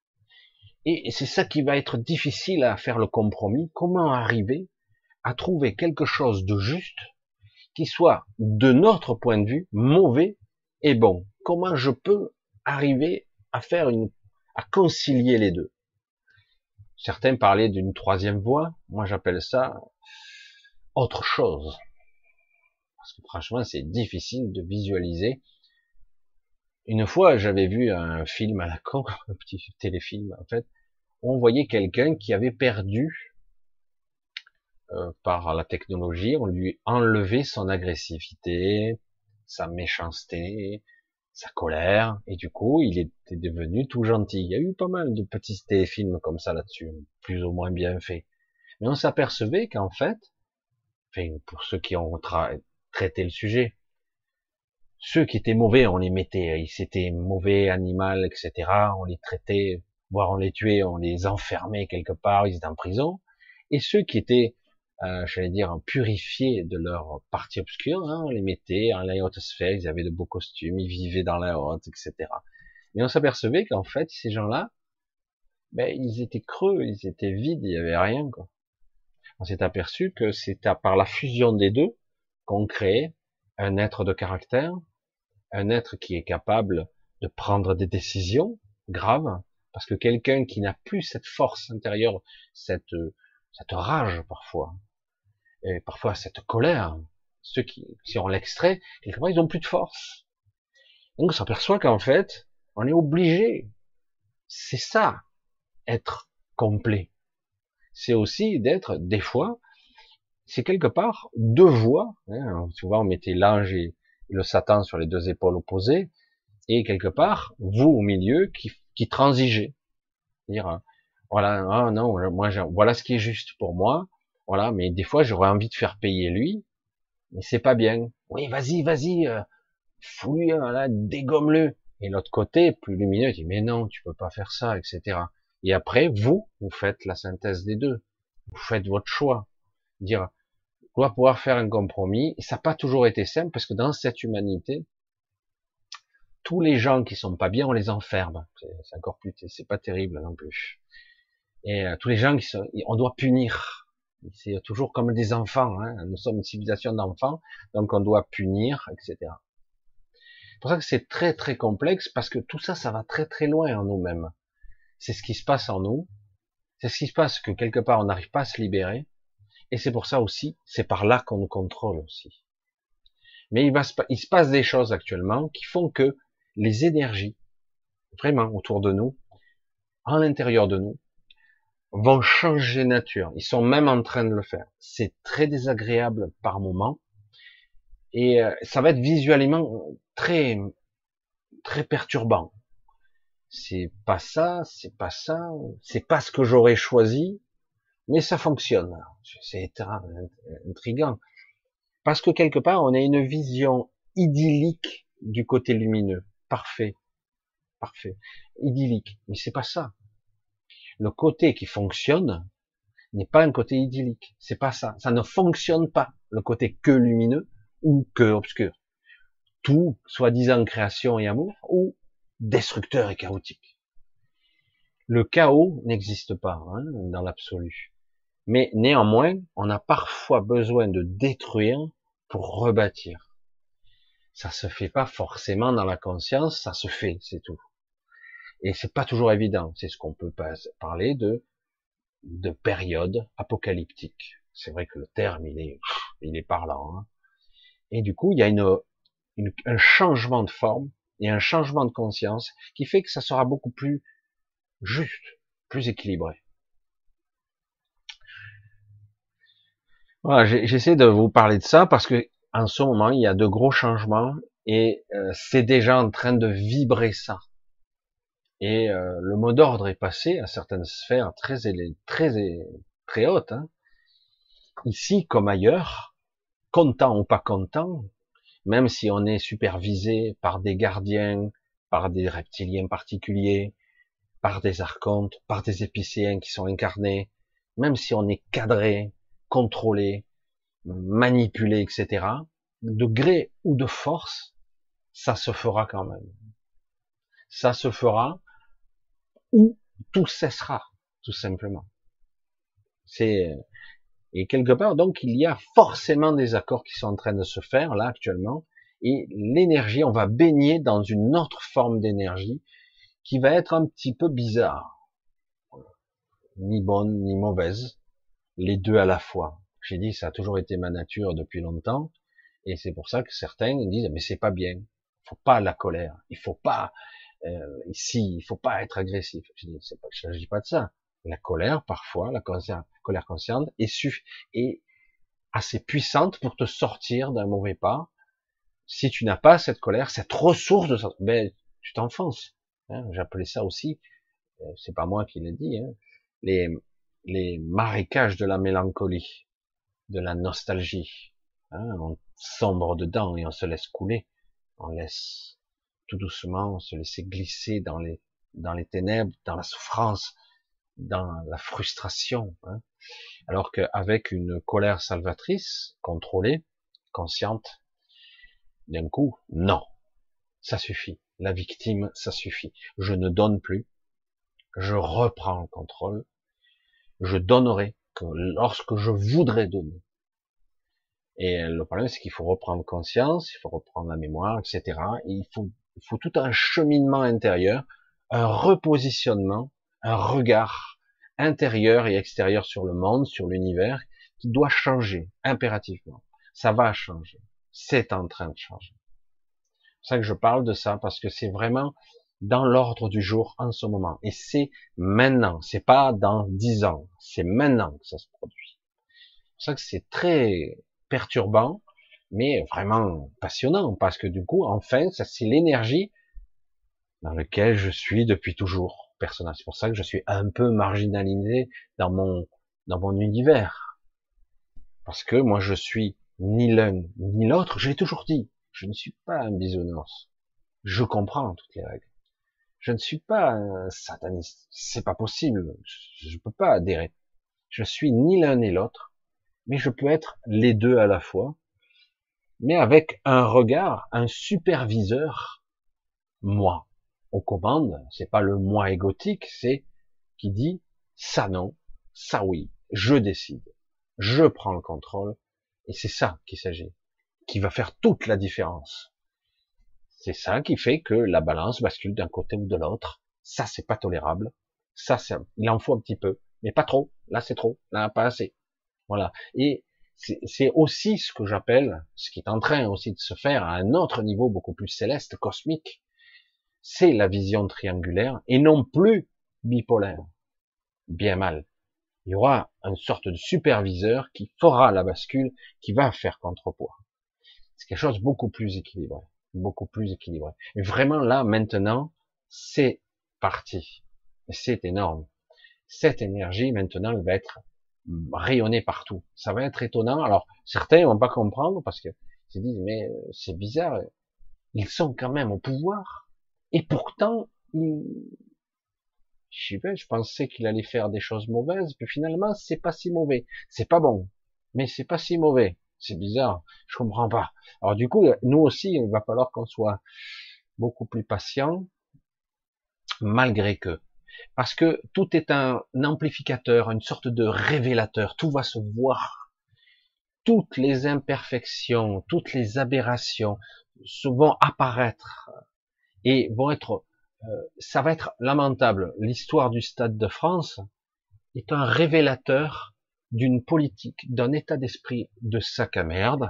Et c'est ça qui va être difficile à faire le compromis. Comment arriver à trouver quelque chose de juste qui soit, de notre point de vue, mauvais et bon. Comment je peux arriver à faire une, à concilier les deux? Certains parlaient d'une troisième voie. Moi, j'appelle ça autre chose. Parce que franchement, c'est difficile de visualiser. Une fois, j'avais vu un film à la con, un petit téléfilm, en fait, où on voyait quelqu'un qui avait perdu, euh, par la technologie, on lui enlevait son agressivité, sa méchanceté, sa colère, et du coup, il était devenu tout gentil. Il y a eu pas mal de petits téléfilms comme ça là-dessus, plus ou moins bien faits. Mais on s'apercevait qu'en fait, enfin, pour ceux qui ont tra traité le sujet, ceux qui étaient mauvais, on les mettait, ils étaient mauvais, animal, et cetera. On les traitait, voire on les tuait, on les enfermait quelque part, ils étaient en prison. Et ceux qui étaient, euh, j'allais dire, purifiés de leur partie obscure, hein, on les mettait en la haute sphère, ils avaient de beaux costumes, ils vivaient dans la haute, et cetera. Mais on s'apercevait qu'en fait, ces gens-là, ben, ils étaient creux, ils étaient vides, il y avait rien, quoi. On s'est aperçu que c'est par la fusion des deux qu'on créait un être de caractère, un être qui est capable de prendre des décisions graves, parce que quelqu'un qui n'a plus cette force intérieure, cette, cette rage parfois, et parfois cette colère, ceux qui, si on l'extrait, quelque part ils ont plus de force. Donc on s'aperçoit qu'en fait, on est obligé, c'est ça, être complet. C'est aussi d'être, des fois, c'est quelque part deux voies. Hein, souvent on mettait l'ange et le Satan sur les deux épaules opposées, et quelque part, vous au milieu qui, qui transigez. Dire, voilà, ah non, moi, voilà ce qui est juste pour moi, voilà, mais des fois, j'aurais envie de faire payer lui, mais c'est pas bien. Oui, vas-y, vas-y, euh, fouille, là, dégomme-le. Et l'autre côté, plus lumineux, dit, mais non, tu peux pas faire ça, et cetera. Et après, vous, vous faites la synthèse des deux. Vous faites votre choix. Dire, on doit pouvoir faire un compromis. Et ça n'a pas toujours été simple, parce que dans cette humanité, tous les gens qui sont pas bien, on les enferme. C'est encore plus, c'est pas terrible non plus. Et euh, tous les gens qui sont, on doit punir. C'est toujours comme des enfants. Hein. Nous sommes une civilisation d'enfants, donc on doit punir, et cetera. C'est pour ça que c'est très très complexe, parce que tout ça, ça va très très loin en nous-mêmes. C'est ce qui se passe en nous. C'est ce qui se passe, que quelque part on n'arrive pas à se libérer, et c'est pour ça aussi, c'est par là qu'on nous contrôle aussi. Mais il, va se, il se passe des choses actuellement qui font que les énergies, vraiment autour de nous, à l'intérieur de nous, vont changer nature. Ils sont même en train de le faire. C'est très désagréable par moment, et euh, ça va être visuellement très très perturbant. C'est pas ça, c'est pas ça, c'est pas ce que j'aurais choisi, mais ça fonctionne. C'est intriguant. Parce que quelque part, on a une vision idyllique du côté lumineux. Parfait. Parfait. Idyllique. Mais c'est pas ça. Le côté qui fonctionne n'est pas un côté idyllique. C'est pas ça. Ça ne fonctionne pas. Le côté que lumineux ou que obscur. Tout, soi-disant création et amour, ou destructeur et chaotique. Le chaos n'existe pas, hein, dans l'absolu. Mais néanmoins, on a parfois besoin de détruire pour rebâtir. Ça se fait pas forcément dans la conscience, ça se fait, c'est tout. Et c'est pas toujours évident. C'est ce qu'on peut pas parler de de période apocalyptique. C'est vrai que le terme il est il est parlant. Hein. Et du coup, il y a une, une un changement de forme et un changement de conscience qui fait que ça sera beaucoup plus juste, plus équilibré. Voilà, j'essaie de vous parler de ça parce que en ce moment, il y a de gros changements et euh, c'est déjà en train de vibrer ça. Et euh, le mot d'ordre est passé à certaines sphères très très très hautes. Hein. Ici comme ailleurs, content ou pas content, même si on est supervisé par des gardiens, par des reptiliens particuliers, par des archontes, par des épicéens qui sont incarnés, même si on est cadré, contrôlé, manipulé, et cetera, de gré ou de force, ça se fera quand même. Ça se fera ou tout cessera, tout simplement. C'est et quelque part donc il y a forcément des accords qui sont en train de se faire là actuellement, et l'énergie, on va baigner dans une autre forme d'énergie qui va être un petit peu bizarre, ni bonne ni mauvaise, les deux à la fois. J'ai dit ça a toujours été ma nature depuis longtemps. Et c'est pour ça que certains disent mais c'est pas bien, il faut pas la colère, il faut pas euh, ici, il faut pas être agressif. Je dis c'est pas, je dis pas de ça. La colère parfois, la colère, colère consciente est, suff, est assez puissante pour te sortir d'un mauvais pas. Si tu n'as pas cette colère, cette ressource de sortir, ben tu t'enfonces. Hein, j'appelais ça aussi, euh, c'est pas moi qui l'ai dit, hein, les les marécages de la mélancolie, de la nostalgie. Hein, on sombre dedans et on se laisse couler, on laisse tout doucement se laisser glisser dans les dans les ténèbres, dans la souffrance, dans la frustration. Hein. Alors qu'avec une colère salvatrice, contrôlée, consciente, d'un coup, non, ça suffit. La victime, ça suffit. Je ne donne plus, je reprends le contrôle, je donnerai que lorsque je voudrais donner. Et le problème, c'est qu'il faut reprendre conscience, il faut reprendre la mémoire, et cetera. Et il faut, il faut tout un cheminement intérieur, un repositionnement, un regard intérieur et extérieur sur le monde, sur l'univers, qui doit changer impérativement. Ça va changer. C'est en train de changer. C'est pour ça que je parle de ça, parce que c'est vraiment dans l'ordre du jour en ce moment. Et c'est maintenant. C'est pas dans dix ans. C'est maintenant que ça se produit. C'est pour ça que c'est très perturbant, mais vraiment passionnant, parce que du coup, enfin, ça c'est l'énergie dans laquelle je suis depuis toujours, personnel. C'est pour ça que je suis un peu marginalisé dans mon dans mon univers, parce que moi je suis ni l'un ni l'autre. J'ai toujours dit, je ne suis pas un bisounours. Je comprends toutes les règles. Je ne suis pas un sataniste. C'est pas possible. Je, je peux pas adhérer. Je suis ni l'un ni l'autre. Mais je peux être les deux à la fois, mais avec un regard, un superviseur, moi, aux commandes. C'est pas le moi égotique, c'est qui dit ça non, ça oui, je décide, je prends le contrôle, et c'est ça qu'il s'agit, qui va faire toute la différence. C'est ça qui fait que la balance bascule d'un côté ou de l'autre. Ça, c'est pas tolérable. Ça, c'est, il en faut un petit peu, mais pas trop. Là, c'est trop. Là, pas assez. Voilà. Et c'est aussi ce que j'appelle, ce qui est en train aussi de se faire à un autre niveau beaucoup plus céleste, cosmique, c'est la vision triangulaire et non plus bipolaire. Bien mal. Il y aura une sorte de superviseur qui fera la bascule, qui va faire contrepoids. C'est quelque chose de beaucoup plus équilibré, beaucoup plus équilibré. Et vraiment là, maintenant, c'est parti. C'est énorme. Cette énergie, maintenant, elle va être rayonnée partout. Ça va être étonnant. Alors, certains vont pas comprendre parce que ils se disent, mais c'est bizarre. Ils sont quand même au pouvoir. Et pourtant, ils... je sais pas, je pensais qu'il allait faire des choses mauvaises, puis finalement, c'est pas si mauvais. C'est pas bon, mais c'est pas si mauvais. C'est bizarre. Je comprends pas. Alors du coup, nous aussi, il va falloir qu'on soit beaucoup plus patient, malgré que. Parce que tout est un amplificateur, une sorte de révélateur. Tout va se voir. Toutes les imperfections, toutes les aberrations se vont apparaître et vont être, euh, ça va être lamentable. L'histoire du Stade de France est un révélateur d'une politique, d'un état d'esprit de sac à merde,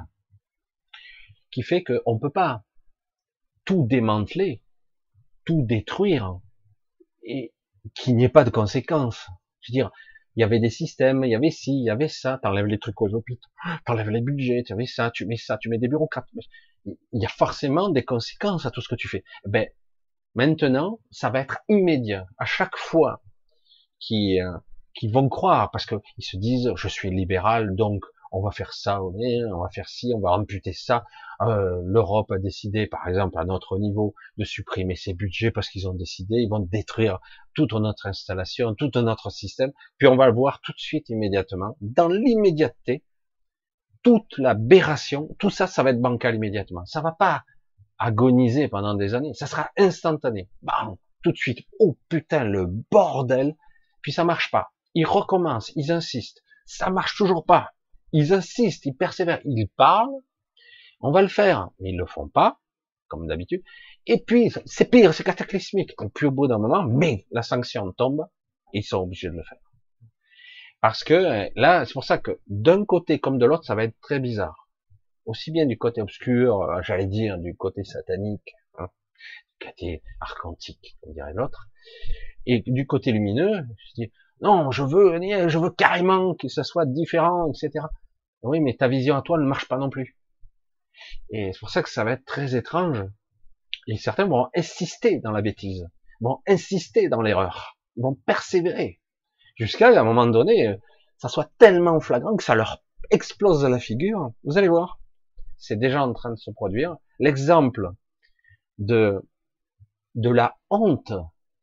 qui fait qu'on ne peut pas tout démanteler, tout détruire, et qu'il n'y ait pas de conséquences. Je veux dire, il y avait des systèmes, il y avait ci, il y avait ça, t'enlèves les trucs aux hôpitaux, t'enlèves les budgets, tu mets ça, tu mets ça, tu mets des bureaucrates. Il y a forcément des conséquences à tout ce que tu fais. Ben, maintenant, ça va être immédiat. À chaque fois qu'ils euh, qu'ils vont croire, parce que ils se disent, je suis libéral, donc on va faire ça, on va faire ci, on va amputer ça. Euh, L'Europe a décidé, par exemple, à notre niveau, de supprimer ses budgets parce qu'ils ont décidé, ils vont détruire toute notre installation, tout notre système. Puis on va le voir tout de suite, immédiatement, dans l'immédiateté, toute l'aberration, tout ça, ça va être bancal immédiatement. Ça va pas agoniser pendant des années, ça sera instantané. Bam, tout de suite. Oh putain, le bordel. Puis ça marche pas. Ils recommencent, ils insistent. Ça marche toujours pas. Ils insistent, ils persévèrent, ils parlent. On va le faire, mais ils le font pas, comme d'habitude. Et puis, c'est pire, c'est cataclysmique. Et puis au bout d'un moment, mais la sanction tombe, et ils sont obligés de le faire. Parce que là, c'est pour ça que d'un côté comme de l'autre, ça va être très bizarre. Aussi bien du côté obscur, j'allais dire du côté satanique, hein, du côté archontique, comme dirait l'autre, et du côté lumineux, je dis non, je veux, je veux carrément que ça soit différent, et cetera. Oui, mais ta vision à toi ne marche pas non plus. Et c'est pour ça que ça va être très étrange. Et certains vont insister dans la bêtise, vont insister dans l'erreur, ils vont persévérer jusqu'à un moment donné, ça soit tellement flagrant que ça leur explose à la figure. Vous allez voir, c'est déjà en train de se produire. L'exemple de de la honte,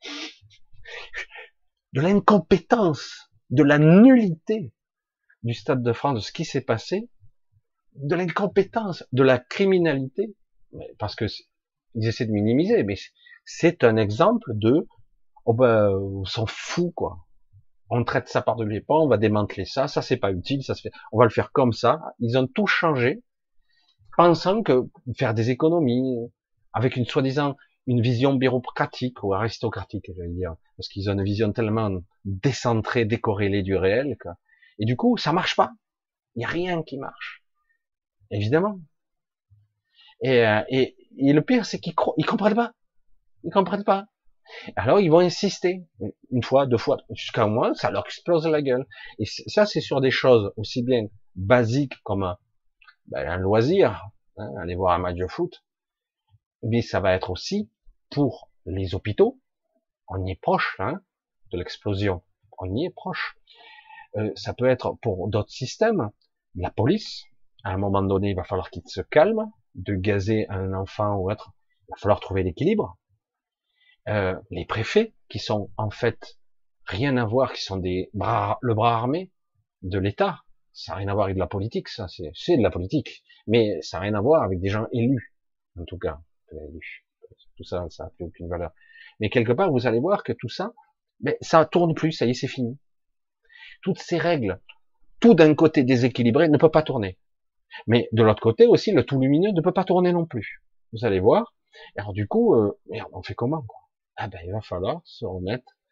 de l'incompétence, de la nullité du Stade de France, de ce qui s'est passé, de l'incompétence, de la criminalité, parce que ils essaient de minimiser, mais c'est un exemple de, oh ben, on s'en fout, quoi. On traite ça par de l'épaule, on va démanteler ça, ça c'est pas utile, ça se fait, on va le faire comme ça. Ils ont tout changé, pensant que faire des économies, avec une soi-disant une vision bureaucratique ou aristocratique, j'allais dire, parce qu'ils ont une vision tellement décentrée, décorrélée du réel, quoi. Et du coup, ça marche pas. Il y a rien qui marche, évidemment. Et, euh, et, et le pire, c'est qu'ils ils comprennent pas. Ils comprennent pas. Alors, ils vont insister. Une fois, deux fois, jusqu'à un moment, ça leur explose la gueule. Et ça, c'est sur des choses aussi bien basiques comme un, ben, un loisir, hein, aller voir un match de foot. Mais ça va être aussi pour les hôpitaux. On y est proche, hein, de l'explosion. On y est proche. Euh, ça peut être pour d'autres systèmes, la police. À un moment donné, il va falloir qu'ils se calment, de gazer un enfant ou autre. Il va falloir trouver l'équilibre. Euh, les préfets, qui sont en fait rien à voir, qui sont des bras, le bras armé de l'État. Ça n'a rien à voir avec de la politique, ça, c'est, c'est de la politique. Mais ça n'a rien à voir avec des gens élus, en tout cas. Élus. Tout ça, ça n'a plus aucune valeur. Mais quelque part, vous allez voir que tout ça, ben, ça tourne plus, ça y est, c'est fini. Toutes ces règles, tout d'un côté déséquilibré ne peut pas tourner. Mais de l'autre côté aussi, le tout lumineux ne peut pas tourner non plus. Vous allez voir. Alors du coup, euh, merde, on fait comment, quoi? Ah ben, il va falloir se remettre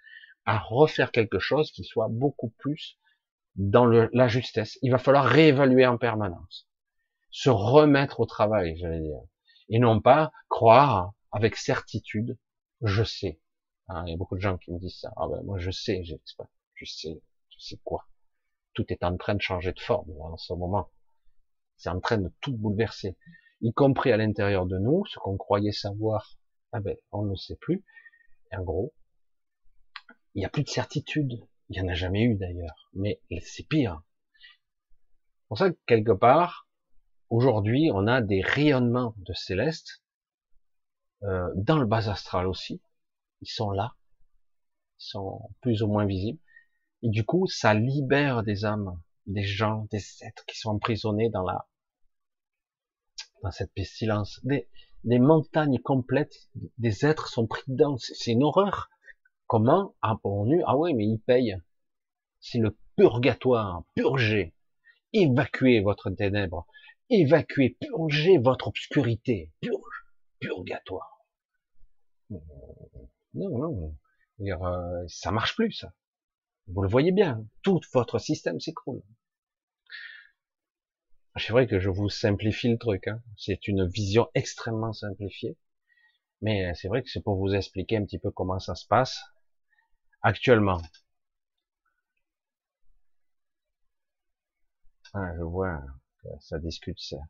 à refaire quelque chose qui soit beaucoup plus dans le, la justesse. Il va falloir réévaluer en permanence, se remettre au travail, j'allais dire, et non pas croire avec certitude, je sais. Hein, il y a beaucoup de gens qui me disent ça. Ah ben moi je sais, je sais, je sais quoi. Tout est en train de changer de forme là, en ce moment. C'est en train de tout bouleverser, y compris à l'intérieur de nous, ce qu'on croyait savoir. Ah ben on ne le sait plus. Et en gros, il n'y a plus de certitude. Il n'y en a jamais eu d'ailleurs. Mais c'est pire. C'est pour ça que quelque part, aujourd'hui, on a des rayonnements de céleste, euh, dans le bas astral aussi. Ils sont là. Ils sont plus ou moins visibles. Et du coup, ça libère des âmes, des gens, des êtres qui sont emprisonnés dans la, dans cette pestilence. Des, des montagnes complètes, des êtres sont pris dedans. C'est une horreur. Comment avons-nous? Ah oui, mais ils payent. C'est le purgatoire. Purgez. Évacuez votre ténèbre. Évacuez, purgez votre obscurité. Purge. Purgatoire. Non, non. Dire, euh, ça marche plus, ça. Vous le voyez bien. Tout votre système s'écroule. C'est vrai que je vous simplifie le truc. Hein. C'est une vision extrêmement simplifiée. Mais c'est vrai que c'est pour vous expliquer un petit peu comment ça se passe actuellement. Ah, je vois que ça discute ça.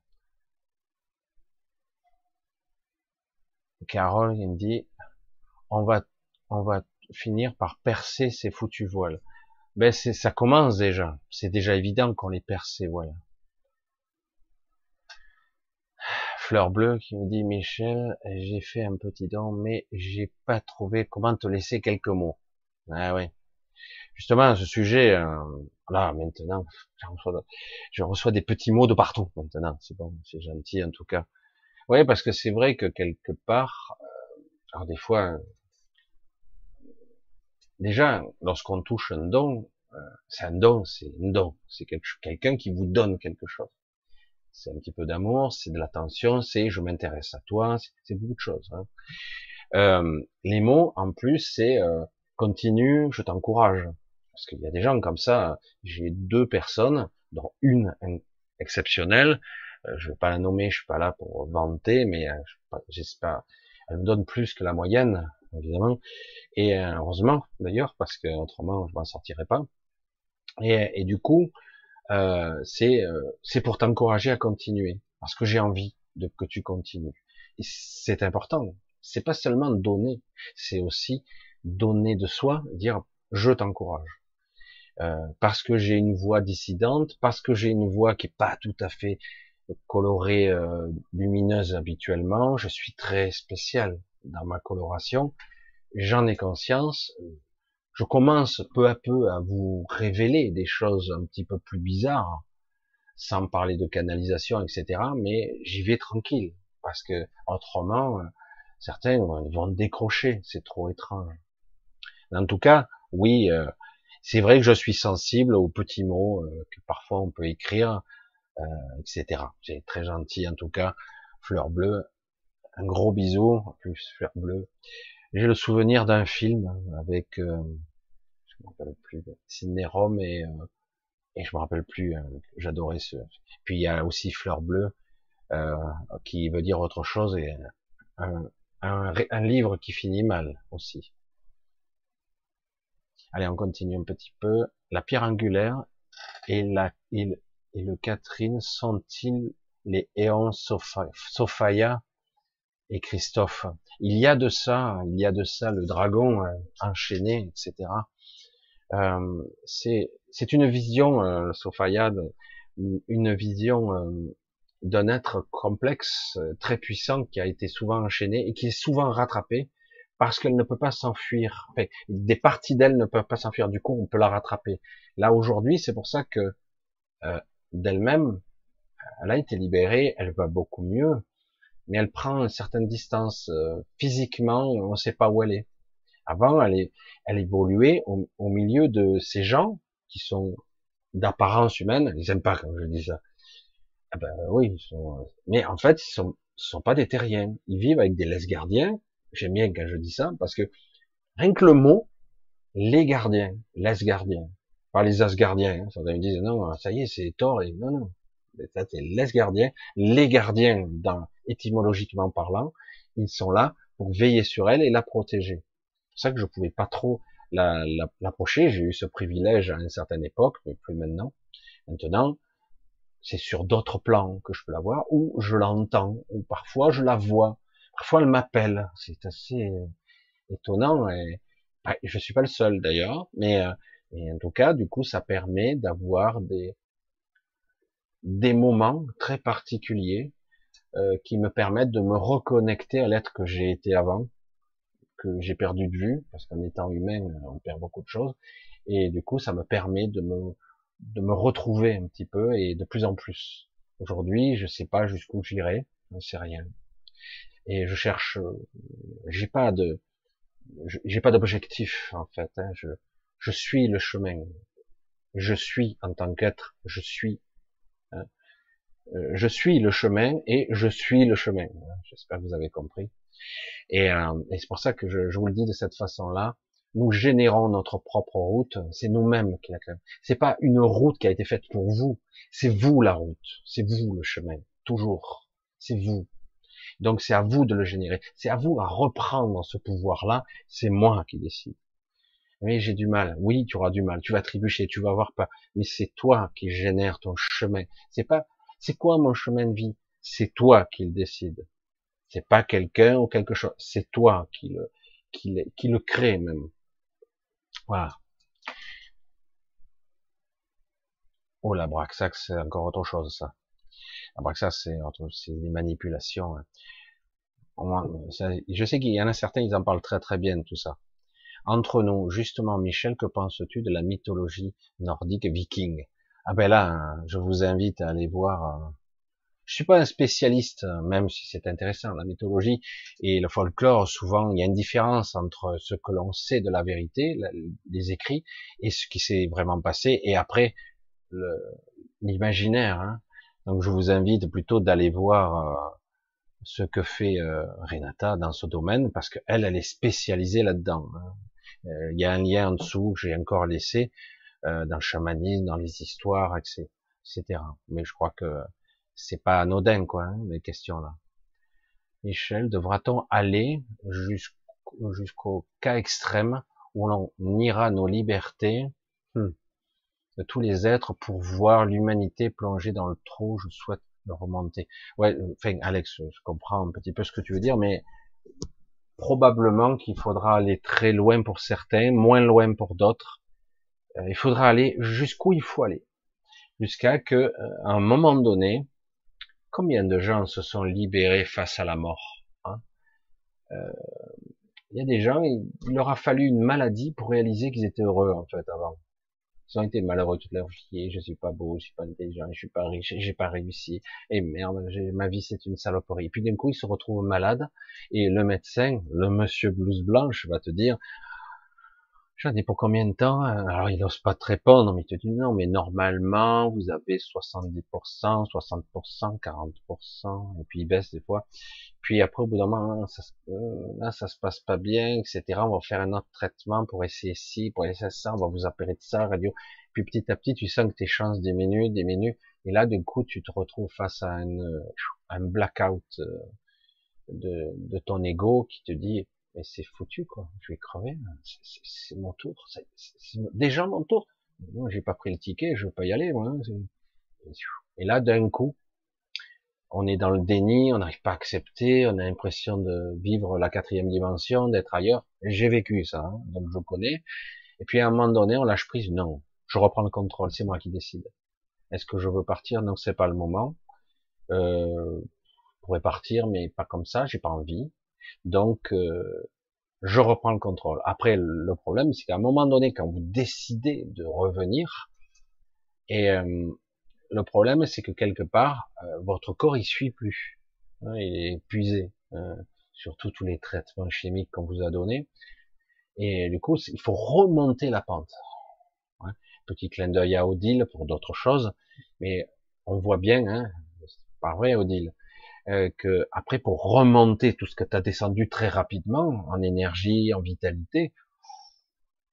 Carole, il me dit, on va, on va finir par percer ces foutus voiles. Ben, c'est, ça commence déjà. C'est déjà évident qu'on les perce, ces voiles. Fleur bleue qui me dit, Michel, j'ai fait un petit don, mais j'ai pas trouvé comment te laisser quelques mots. Ah oui. Justement, à ce sujet, euh, là, maintenant, je reçois, je reçois des petits mots de partout, maintenant. C'est bon, c'est gentil, en tout cas. Oui, parce que c'est vrai que quelque part, euh, alors des fois, déjà, lorsqu'on touche un don, euh, c'est un don, c'est un don. C'est quelque, quelqu'un qui vous donne quelque chose. C'est un petit peu d'amour, c'est de l'attention, c'est je m'intéresse à toi, c'est beaucoup de choses. Hein. Euh, les mots, en plus, c'est euh, continue, je t'encourage. Parce qu'il y a des gens comme ça. J'ai deux personnes, dont une exceptionnelle. Euh, je vais pas la nommer, je suis pas là pour vanter, mais euh, j'espère. Elle me donne plus que la moyenne, évidemment. Et euh, heureusement, d'ailleurs, parce que autrement, je m'en sortirais pas. Et, et du coup, euh, c'est euh, c'est pour t'encourager à continuer, parce que j'ai envie de que tu continues. Et c'est important. C'est pas seulement donner, c'est aussi donner de soi, dire je t'encourage. Euh, parce que j'ai une voix dissidente, parce que j'ai une voix qui est pas tout à fait colorée, euh, lumineuse habituellement, je suis très spécial dans ma coloration, j'en ai conscience, je commence peu à peu à vous révéler des choses un petit peu plus bizarres, sans parler de canalisation, et cetera, mais j'y vais tranquille, parce que autrement, certains vont décrocher, c'est trop étrange. En tout cas, oui, euh, c'est vrai que je suis sensible aux petits mots euh, que parfois on peut écrire, euh, et cetera. C'est très gentil en tout cas. Fleur bleue, un gros bisou. En plus, fleur bleue. J'ai le souvenir d'un film avec, euh, je me rappelle plus, Sidney Rome et euh, et je me rappelle plus. Euh, J'adorais ce. Puis il y a aussi Fleur bleue euh, qui veut dire autre chose et un, un, un livre qui finit mal aussi. Allez, on continue un petit peu. La pierre angulaire et, la, et, et le Catherine sont-ils les éons Sophia et Christophe? Il y a de ça, il y a de ça, le dragon euh, enchaîné, et cetera. Euh, c'est c'est une vision, euh, Sophia, une vision euh, d'un être complexe, euh, très puissant, qui a été souvent enchaîné et qui est souvent rattrapé parce qu'elle ne peut pas s'enfuir. Enfin, des parties d'elle ne peuvent pas s'enfuir. Du coup, on peut la rattraper. Là aujourd'hui, c'est pour ça que euh, d'elle-même, elle a été libérée. Elle va beaucoup mieux, mais elle prend une certaine distance euh, physiquement. On ne sait pas où elle est. Avant, elle, est, elle évoluait au, au milieu de ces gens qui sont d'apparence humaine. Ils aiment pas quand je dis ça. Ah ben oui, ils sont, mais en fait, ils sont, sont pas des terriens. Ils vivent avec des laisse gardiens. J'aime bien quand je dis ça parce que rien que le mot les gardiens, les gardiens, pas les Asgardiens. Hein. Certains me disent non, ça y est, c'est Thor. Et non, non, ça c'est les gardiens. Les gardiens, dans, étymologiquement parlant, ils sont là pour veiller sur elle et la protéger. C'est pour ça que je pouvais pas trop la, la, l'approcher. J'ai eu ce privilège à une certaine époque, mais plus maintenant. Maintenant, c'est sur d'autres plans que je peux la voir, ou je l'entends, ou parfois je la vois. Parfois elle m'appelle. C'est assez étonnant. Et, bah, je suis pas le seul d'ailleurs, mais euh, et en tout cas, du coup, ça permet d'avoir des des moments très particuliers euh, qui me permettent de me reconnecter à l'être que j'ai été avant, que j'ai perdu de vue, parce qu'en étant humain, on perd beaucoup de choses, et du coup, ça me permet de me de me retrouver un petit peu et de plus en plus. Aujourd'hui, je sais pas jusqu'où j'irai, je ne sais rien, et je cherche, j'ai pas de j'ai pas d'objectif en fait. Hein. Je je suis le chemin, je suis en tant qu'être, je suis. Hein. Je suis le chemin et je suis le chemin. J'espère que vous avez compris. Et, euh, et c'est pour ça que je, je vous le dis de cette façon-là. Nous générons notre propre route. C'est nous-mêmes qui la créons. C'est pas une route qui a été faite pour vous. C'est vous la route. C'est vous le chemin. Toujours. C'est vous. Donc c'est à vous de le générer. C'est à vous à reprendre ce pouvoir-là. C'est moi qui décide. Oui, j'ai du mal. Oui, tu auras du mal. Tu vas trébucher. Tu vas avoir pas. Mais c'est toi qui génère ton chemin. C'est pas c'est quoi mon chemin de vie? C'est toi qui le décide. C'est pas quelqu'un ou quelque chose. C'est toi qui le, qui le, qui le crée même. Voilà. Oh, la Braxax, c'est encore autre chose, ça. La Braxax, c'est autre, c'est des manipulations. Hein. On, ça, je sais qu'il y en a certains, ils en parlent très très bien, tout ça. Entre nous, justement, Michel, que penses-tu de la mythologie nordique viking? Ah ben là, hein, je vous invite à aller voir. Euh, Je suis pas un spécialiste, même si c'est intéressant, la mythologie et le folklore. Souvent, il y a une différence entre ce que l'on sait de la vérité, les écrits, et ce qui s'est vraiment passé, et après le- l'imaginaire. Hein. Donc, je vous invite plutôt d'aller voir euh, ce que fait euh, Renata dans ce domaine, parce qu'elle, elle est spécialisée là-dedans. Hein. Euh, il y a un lien en dessous que j'ai encore laissé euh, dans le chamanisme, dans les histoires, et cetera. Mais je crois que c'est pas anodin, quoi, hein, les questions là. Michel, devra-t-on aller jusqu'au jusqu'au cas extrême où l'on niera nos libertés hmm, de tous les êtres pour voir l'humanité plonger dans le trou? Je souhaite le remonter. Ouais, enfin, Alex, je comprends un petit peu ce que tu veux dire, mais probablement qu'il faudra aller très loin pour certains, moins loin pour d'autres. Euh, il faudra aller jusqu'où il faut aller, jusqu'à que, euh, à un moment donné, combien de gens se sont libérés face à la mort, hein? euh, Il y a des gens, il, il leur a fallu une maladie pour réaliser qu'ils étaient heureux en fait avant. Ils ont été malheureux toute leur vie. Je suis pas beau, je suis pas intelligent, je suis pas riche, j'ai pas réussi. Et merde, ma vie c'est une saloperie. Et puis d'un coup ils se retrouvent malades et le médecin, le monsieur blouse blanche, va te dire j'en ai pour combien de temps? Alors il n'ose pas te répondre, mais il te dit non, mais normalement vous avez soixante-dix pour cent, soixante pour cent, quarante pour cent, et puis il baisse des fois. Puis après au bout d'un moment, ça, euh, là ça se passe pas bien, et cetera. On va faire un autre traitement pour essayer ci, pour essayer ça, on va vous appeler de ça, radio. Puis petit à petit tu sens que tes chances diminuent, diminuent, et là du coup tu te retrouves face à un, un blackout de, de ton ego qui te dit mais c'est foutu quoi, je vais crever, c'est mon tour, c'est déjà mon tour. Moi j'ai pas pris le ticket, je veux pas y aller moi. Et là d'un coup, on est dans le déni, on n'arrive pas à accepter, on a l'impression de vivre la quatrième dimension, d'être ailleurs. J'ai vécu ça, hein, donc je connais. Et puis à un moment donné, on lâche prise, non, je reprends le contrôle, c'est moi qui décide. Est-ce que je veux partir? Non, c'est pas le moment. Euh, je pourrais partir, mais pas comme ça, j'ai pas envie. Donc euh, je reprends le contrôle. Après, le problème, c'est qu'à un moment donné, quand vous décidez de revenir, et euh, le problème, c'est que quelque part, euh, votre corps, il suit plus. Hein, il est épuisé, euh, surtout tous les traitements chimiques qu'on vous a donnés. Et du coup, il faut remonter la pente. Hein. Petit clin d'œil à Odile pour d'autres choses, mais on voit bien, hein, c'est pas vrai, Odile, euh, que après, pour remonter tout ce que tu as descendu très rapidement, en énergie, en vitalité,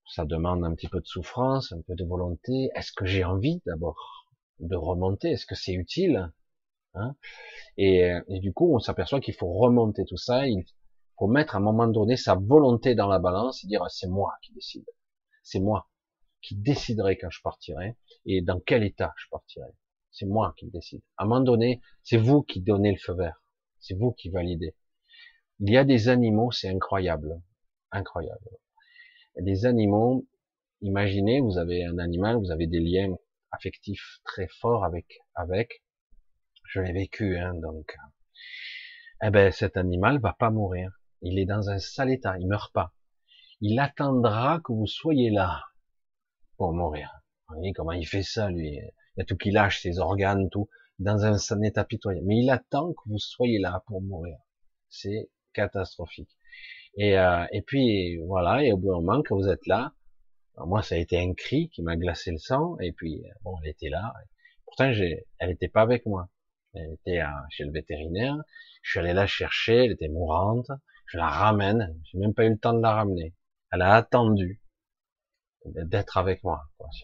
Ça demande un petit peu de souffrance, un peu de volonté. Est-ce que j'ai envie d'abord de remonter? Est-ce que c'est utile, hein? et, et du coup, on s'aperçoit qu'il faut remonter tout ça. Il faut mettre à un moment donné sa volonté dans la balance et dire ah, c'est moi qui décide. C'est moi qui déciderai quand je partirai et dans quel état je partirai. C'est moi qui le décide. À un moment donné, c'est vous qui donnez le feu vert. C'est vous qui validez. Il y a des animaux, c'est incroyable. Incroyable. Des animaux, imaginez, vous avez un animal, vous avez des liens affectifs très forts avec, avec. Je l'ai vécu, hein, donc. Eh ben, cet animal va pas mourir. Il est dans un sale état. Il meurt pas. Il attendra que vous soyez là pour mourir. Vous voyez comment il fait ça, lui. Il y a tout qui lâche, ses organes, tout, dans un, un état pitoyable. Mais il attend que vous soyez là pour mourir. C'est catastrophique. Et, euh, et puis, voilà, et au bout d'un moment, quand vous êtes là, alors moi, ça a été un cri qui m'a glacé le sang, et puis, bon, elle était là. Pourtant, j'ai, elle était pas avec moi. Elle était à, chez le vétérinaire. Je suis allé la chercher, elle était mourante. Je la ramène. J'ai même pas eu le temps de la ramener. Elle a attendu d'être avec moi.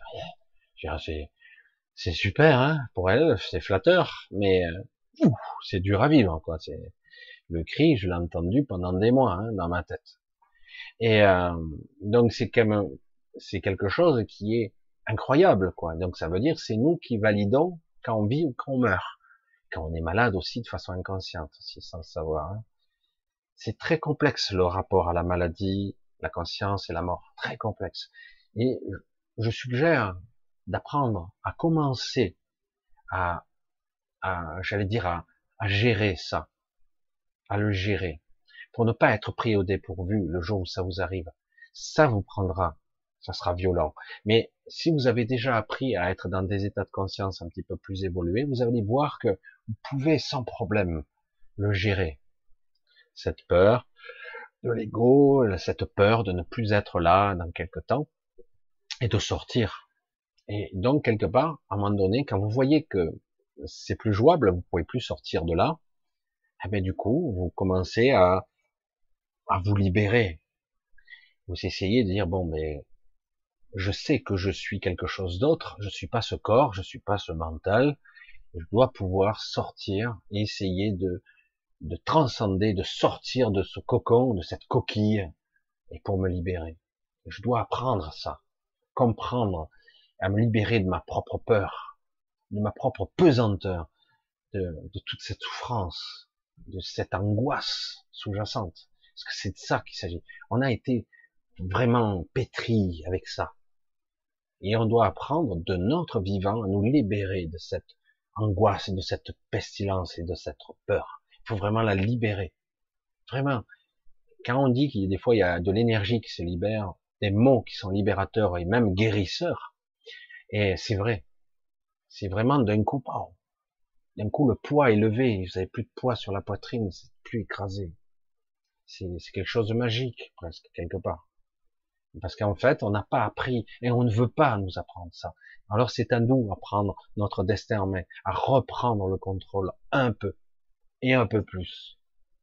C'est, c'est super, hein. Pour elle, c'est flatteur, mais euh, c'est dur à vivre, quoi. C'est le cri, je l'ai entendu pendant des mois, hein, dans ma tête. Et euh, donc c'est quand même, c'est quelque chose qui est incroyable, quoi. Donc ça veut dire c'est nous qui validons quand on vit ou quand on meurt, quand on est malade aussi de façon inconsciente, aussi sans le savoir. Hein. C'est très complexe le rapport à la maladie, la conscience et la mort, très complexe. Et je suggère d'apprendre à commencer à, à j'allais dire, à, à gérer ça, à le gérer, pour ne pas être pris au dépourvu le jour où ça vous arrive. Ça vous prendra, ça sera violent. Mais si vous avez déjà appris à être dans des états de conscience un petit peu plus évolués, vous allez voir que vous pouvez sans problème le gérer. Cette peur de l'ego, cette peur de ne plus être là dans quelque temps, et de sortir. Et donc, quelque part, à un moment donné, quand vous voyez que c'est plus jouable, vous pouvez plus sortir de là, eh bien, du coup, vous commencez à, à vous libérer. Vous essayez de dire, bon, mais je sais que je suis quelque chose d'autre, je suis pas ce corps, je suis pas ce mental, je dois pouvoir sortir et essayer de, de transcender, de sortir de ce cocon, de cette coquille, et pour me libérer. Je dois apprendre ça, comprendre, à me libérer de ma propre peur, de ma propre pesanteur, de, de toute cette souffrance, de cette angoisse sous-jacente. Parce que c'est de ça qu'il s'agit. On a été vraiment pétri avec ça. Et on doit apprendre de notre vivant à nous libérer de cette angoisse, de cette pestilence et de cette peur. Il faut vraiment la libérer. Vraiment. Quand on dit qu'il y a des fois il y a de l'énergie qui se libère, des mots qui sont libérateurs et même guérisseurs, et c'est vrai. C'est vraiment d'un coup, oh, d'un coup le poids est levé, vous avez plus de poids sur la poitrine, c'est plus écrasé. C'est quelque chose de magique, presque, quelque part. Parce qu'en fait, on n'a pas appris, et on ne veut pas nous apprendre ça. Alors c'est à nous à prendre notre destin en main, à reprendre le contrôle un peu, et un peu plus.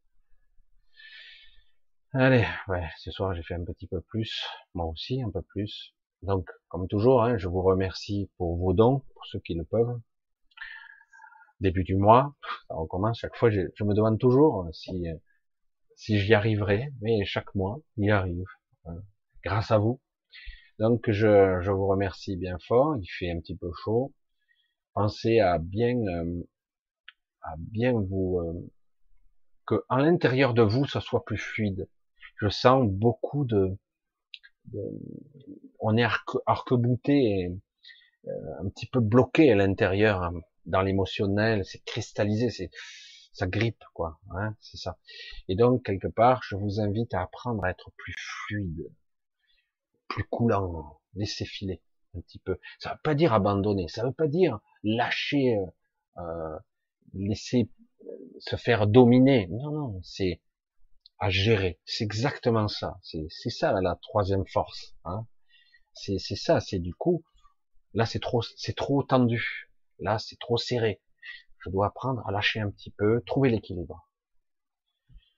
Allez, ouais, ce soir j'ai fait un petit peu plus, moi aussi un peu plus. Donc, comme toujours, hein, je vous remercie pour vos dons, pour ceux qui le peuvent. Début du mois, ça recommence. Chaque fois, je, je me demande toujours si si j'y arriverai, mais chaque mois, il y arrive, hein, grâce à vous. Donc, je, je vous remercie bien fort. Il fait un petit peu chaud. Pensez à bien euh, à bien vous euh, que à l'intérieur de vous, ça soit plus fluide. Je sens beaucoup de, de on est arc, arc-bouté et euh, un petit peu bloqué à l'intérieur, hein, dans l'émotionnel, c'est cristallisé, c'est ça grippe, quoi, hein, c'est ça. Et donc, quelque part, je vous invite à apprendre à être plus fluide, plus coulant, laisser filer un petit peu. Ça veut pas dire abandonner, ça veut pas dire lâcher, euh, laisser se faire dominer. Non, non, c'est à gérer. C'est exactement ça. C'est ça la, la troisième force. Hein. C'est ça. C'est du coup, là, c'est trop, c'est trop tendu. Là, c'est trop serré. Je dois apprendre à lâcher un petit peu, trouver l'équilibre.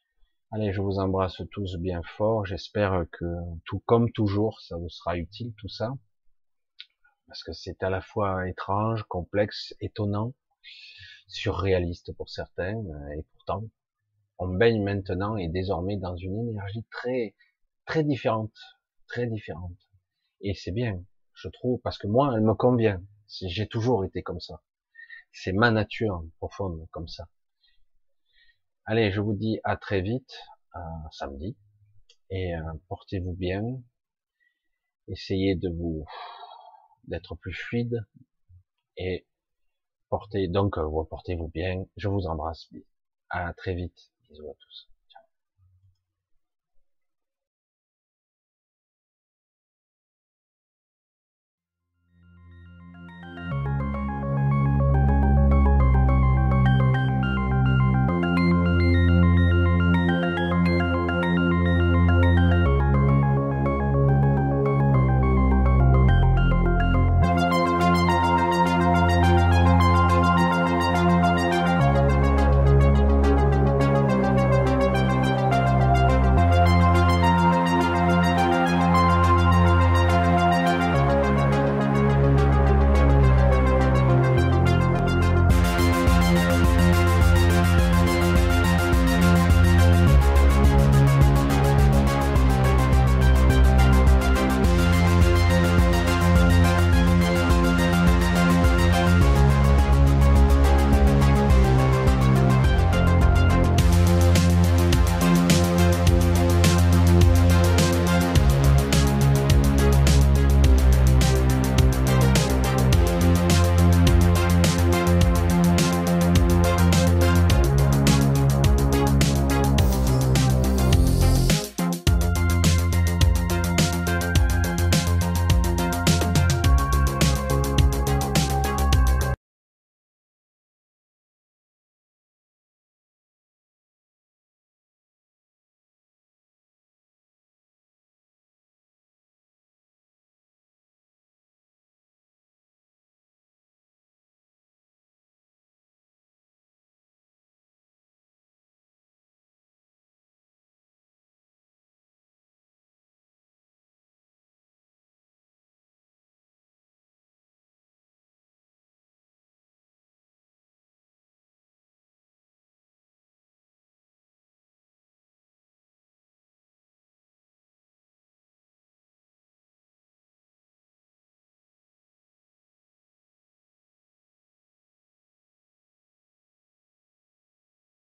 Allez, je vous embrasse tous bien fort. J'espère que tout comme toujours, ça vous sera utile tout ça, parce que c'est à la fois étrange, complexe, étonnant, surréaliste pour certains, euh, et pourtant, on baigne maintenant et désormais dans une énergie très, très différente, très différente. Et c'est bien, je trouve, parce que moi, elle me convient. J'ai toujours été comme ça. C'est ma nature profonde comme ça. Allez, je vous dis à très vite, euh, samedi, et euh, portez-vous bien. Essayez de vous d'être plus fluide et portez donc euh, portez-vous bien. Je vous embrasse. À très vite. Bisous à tous.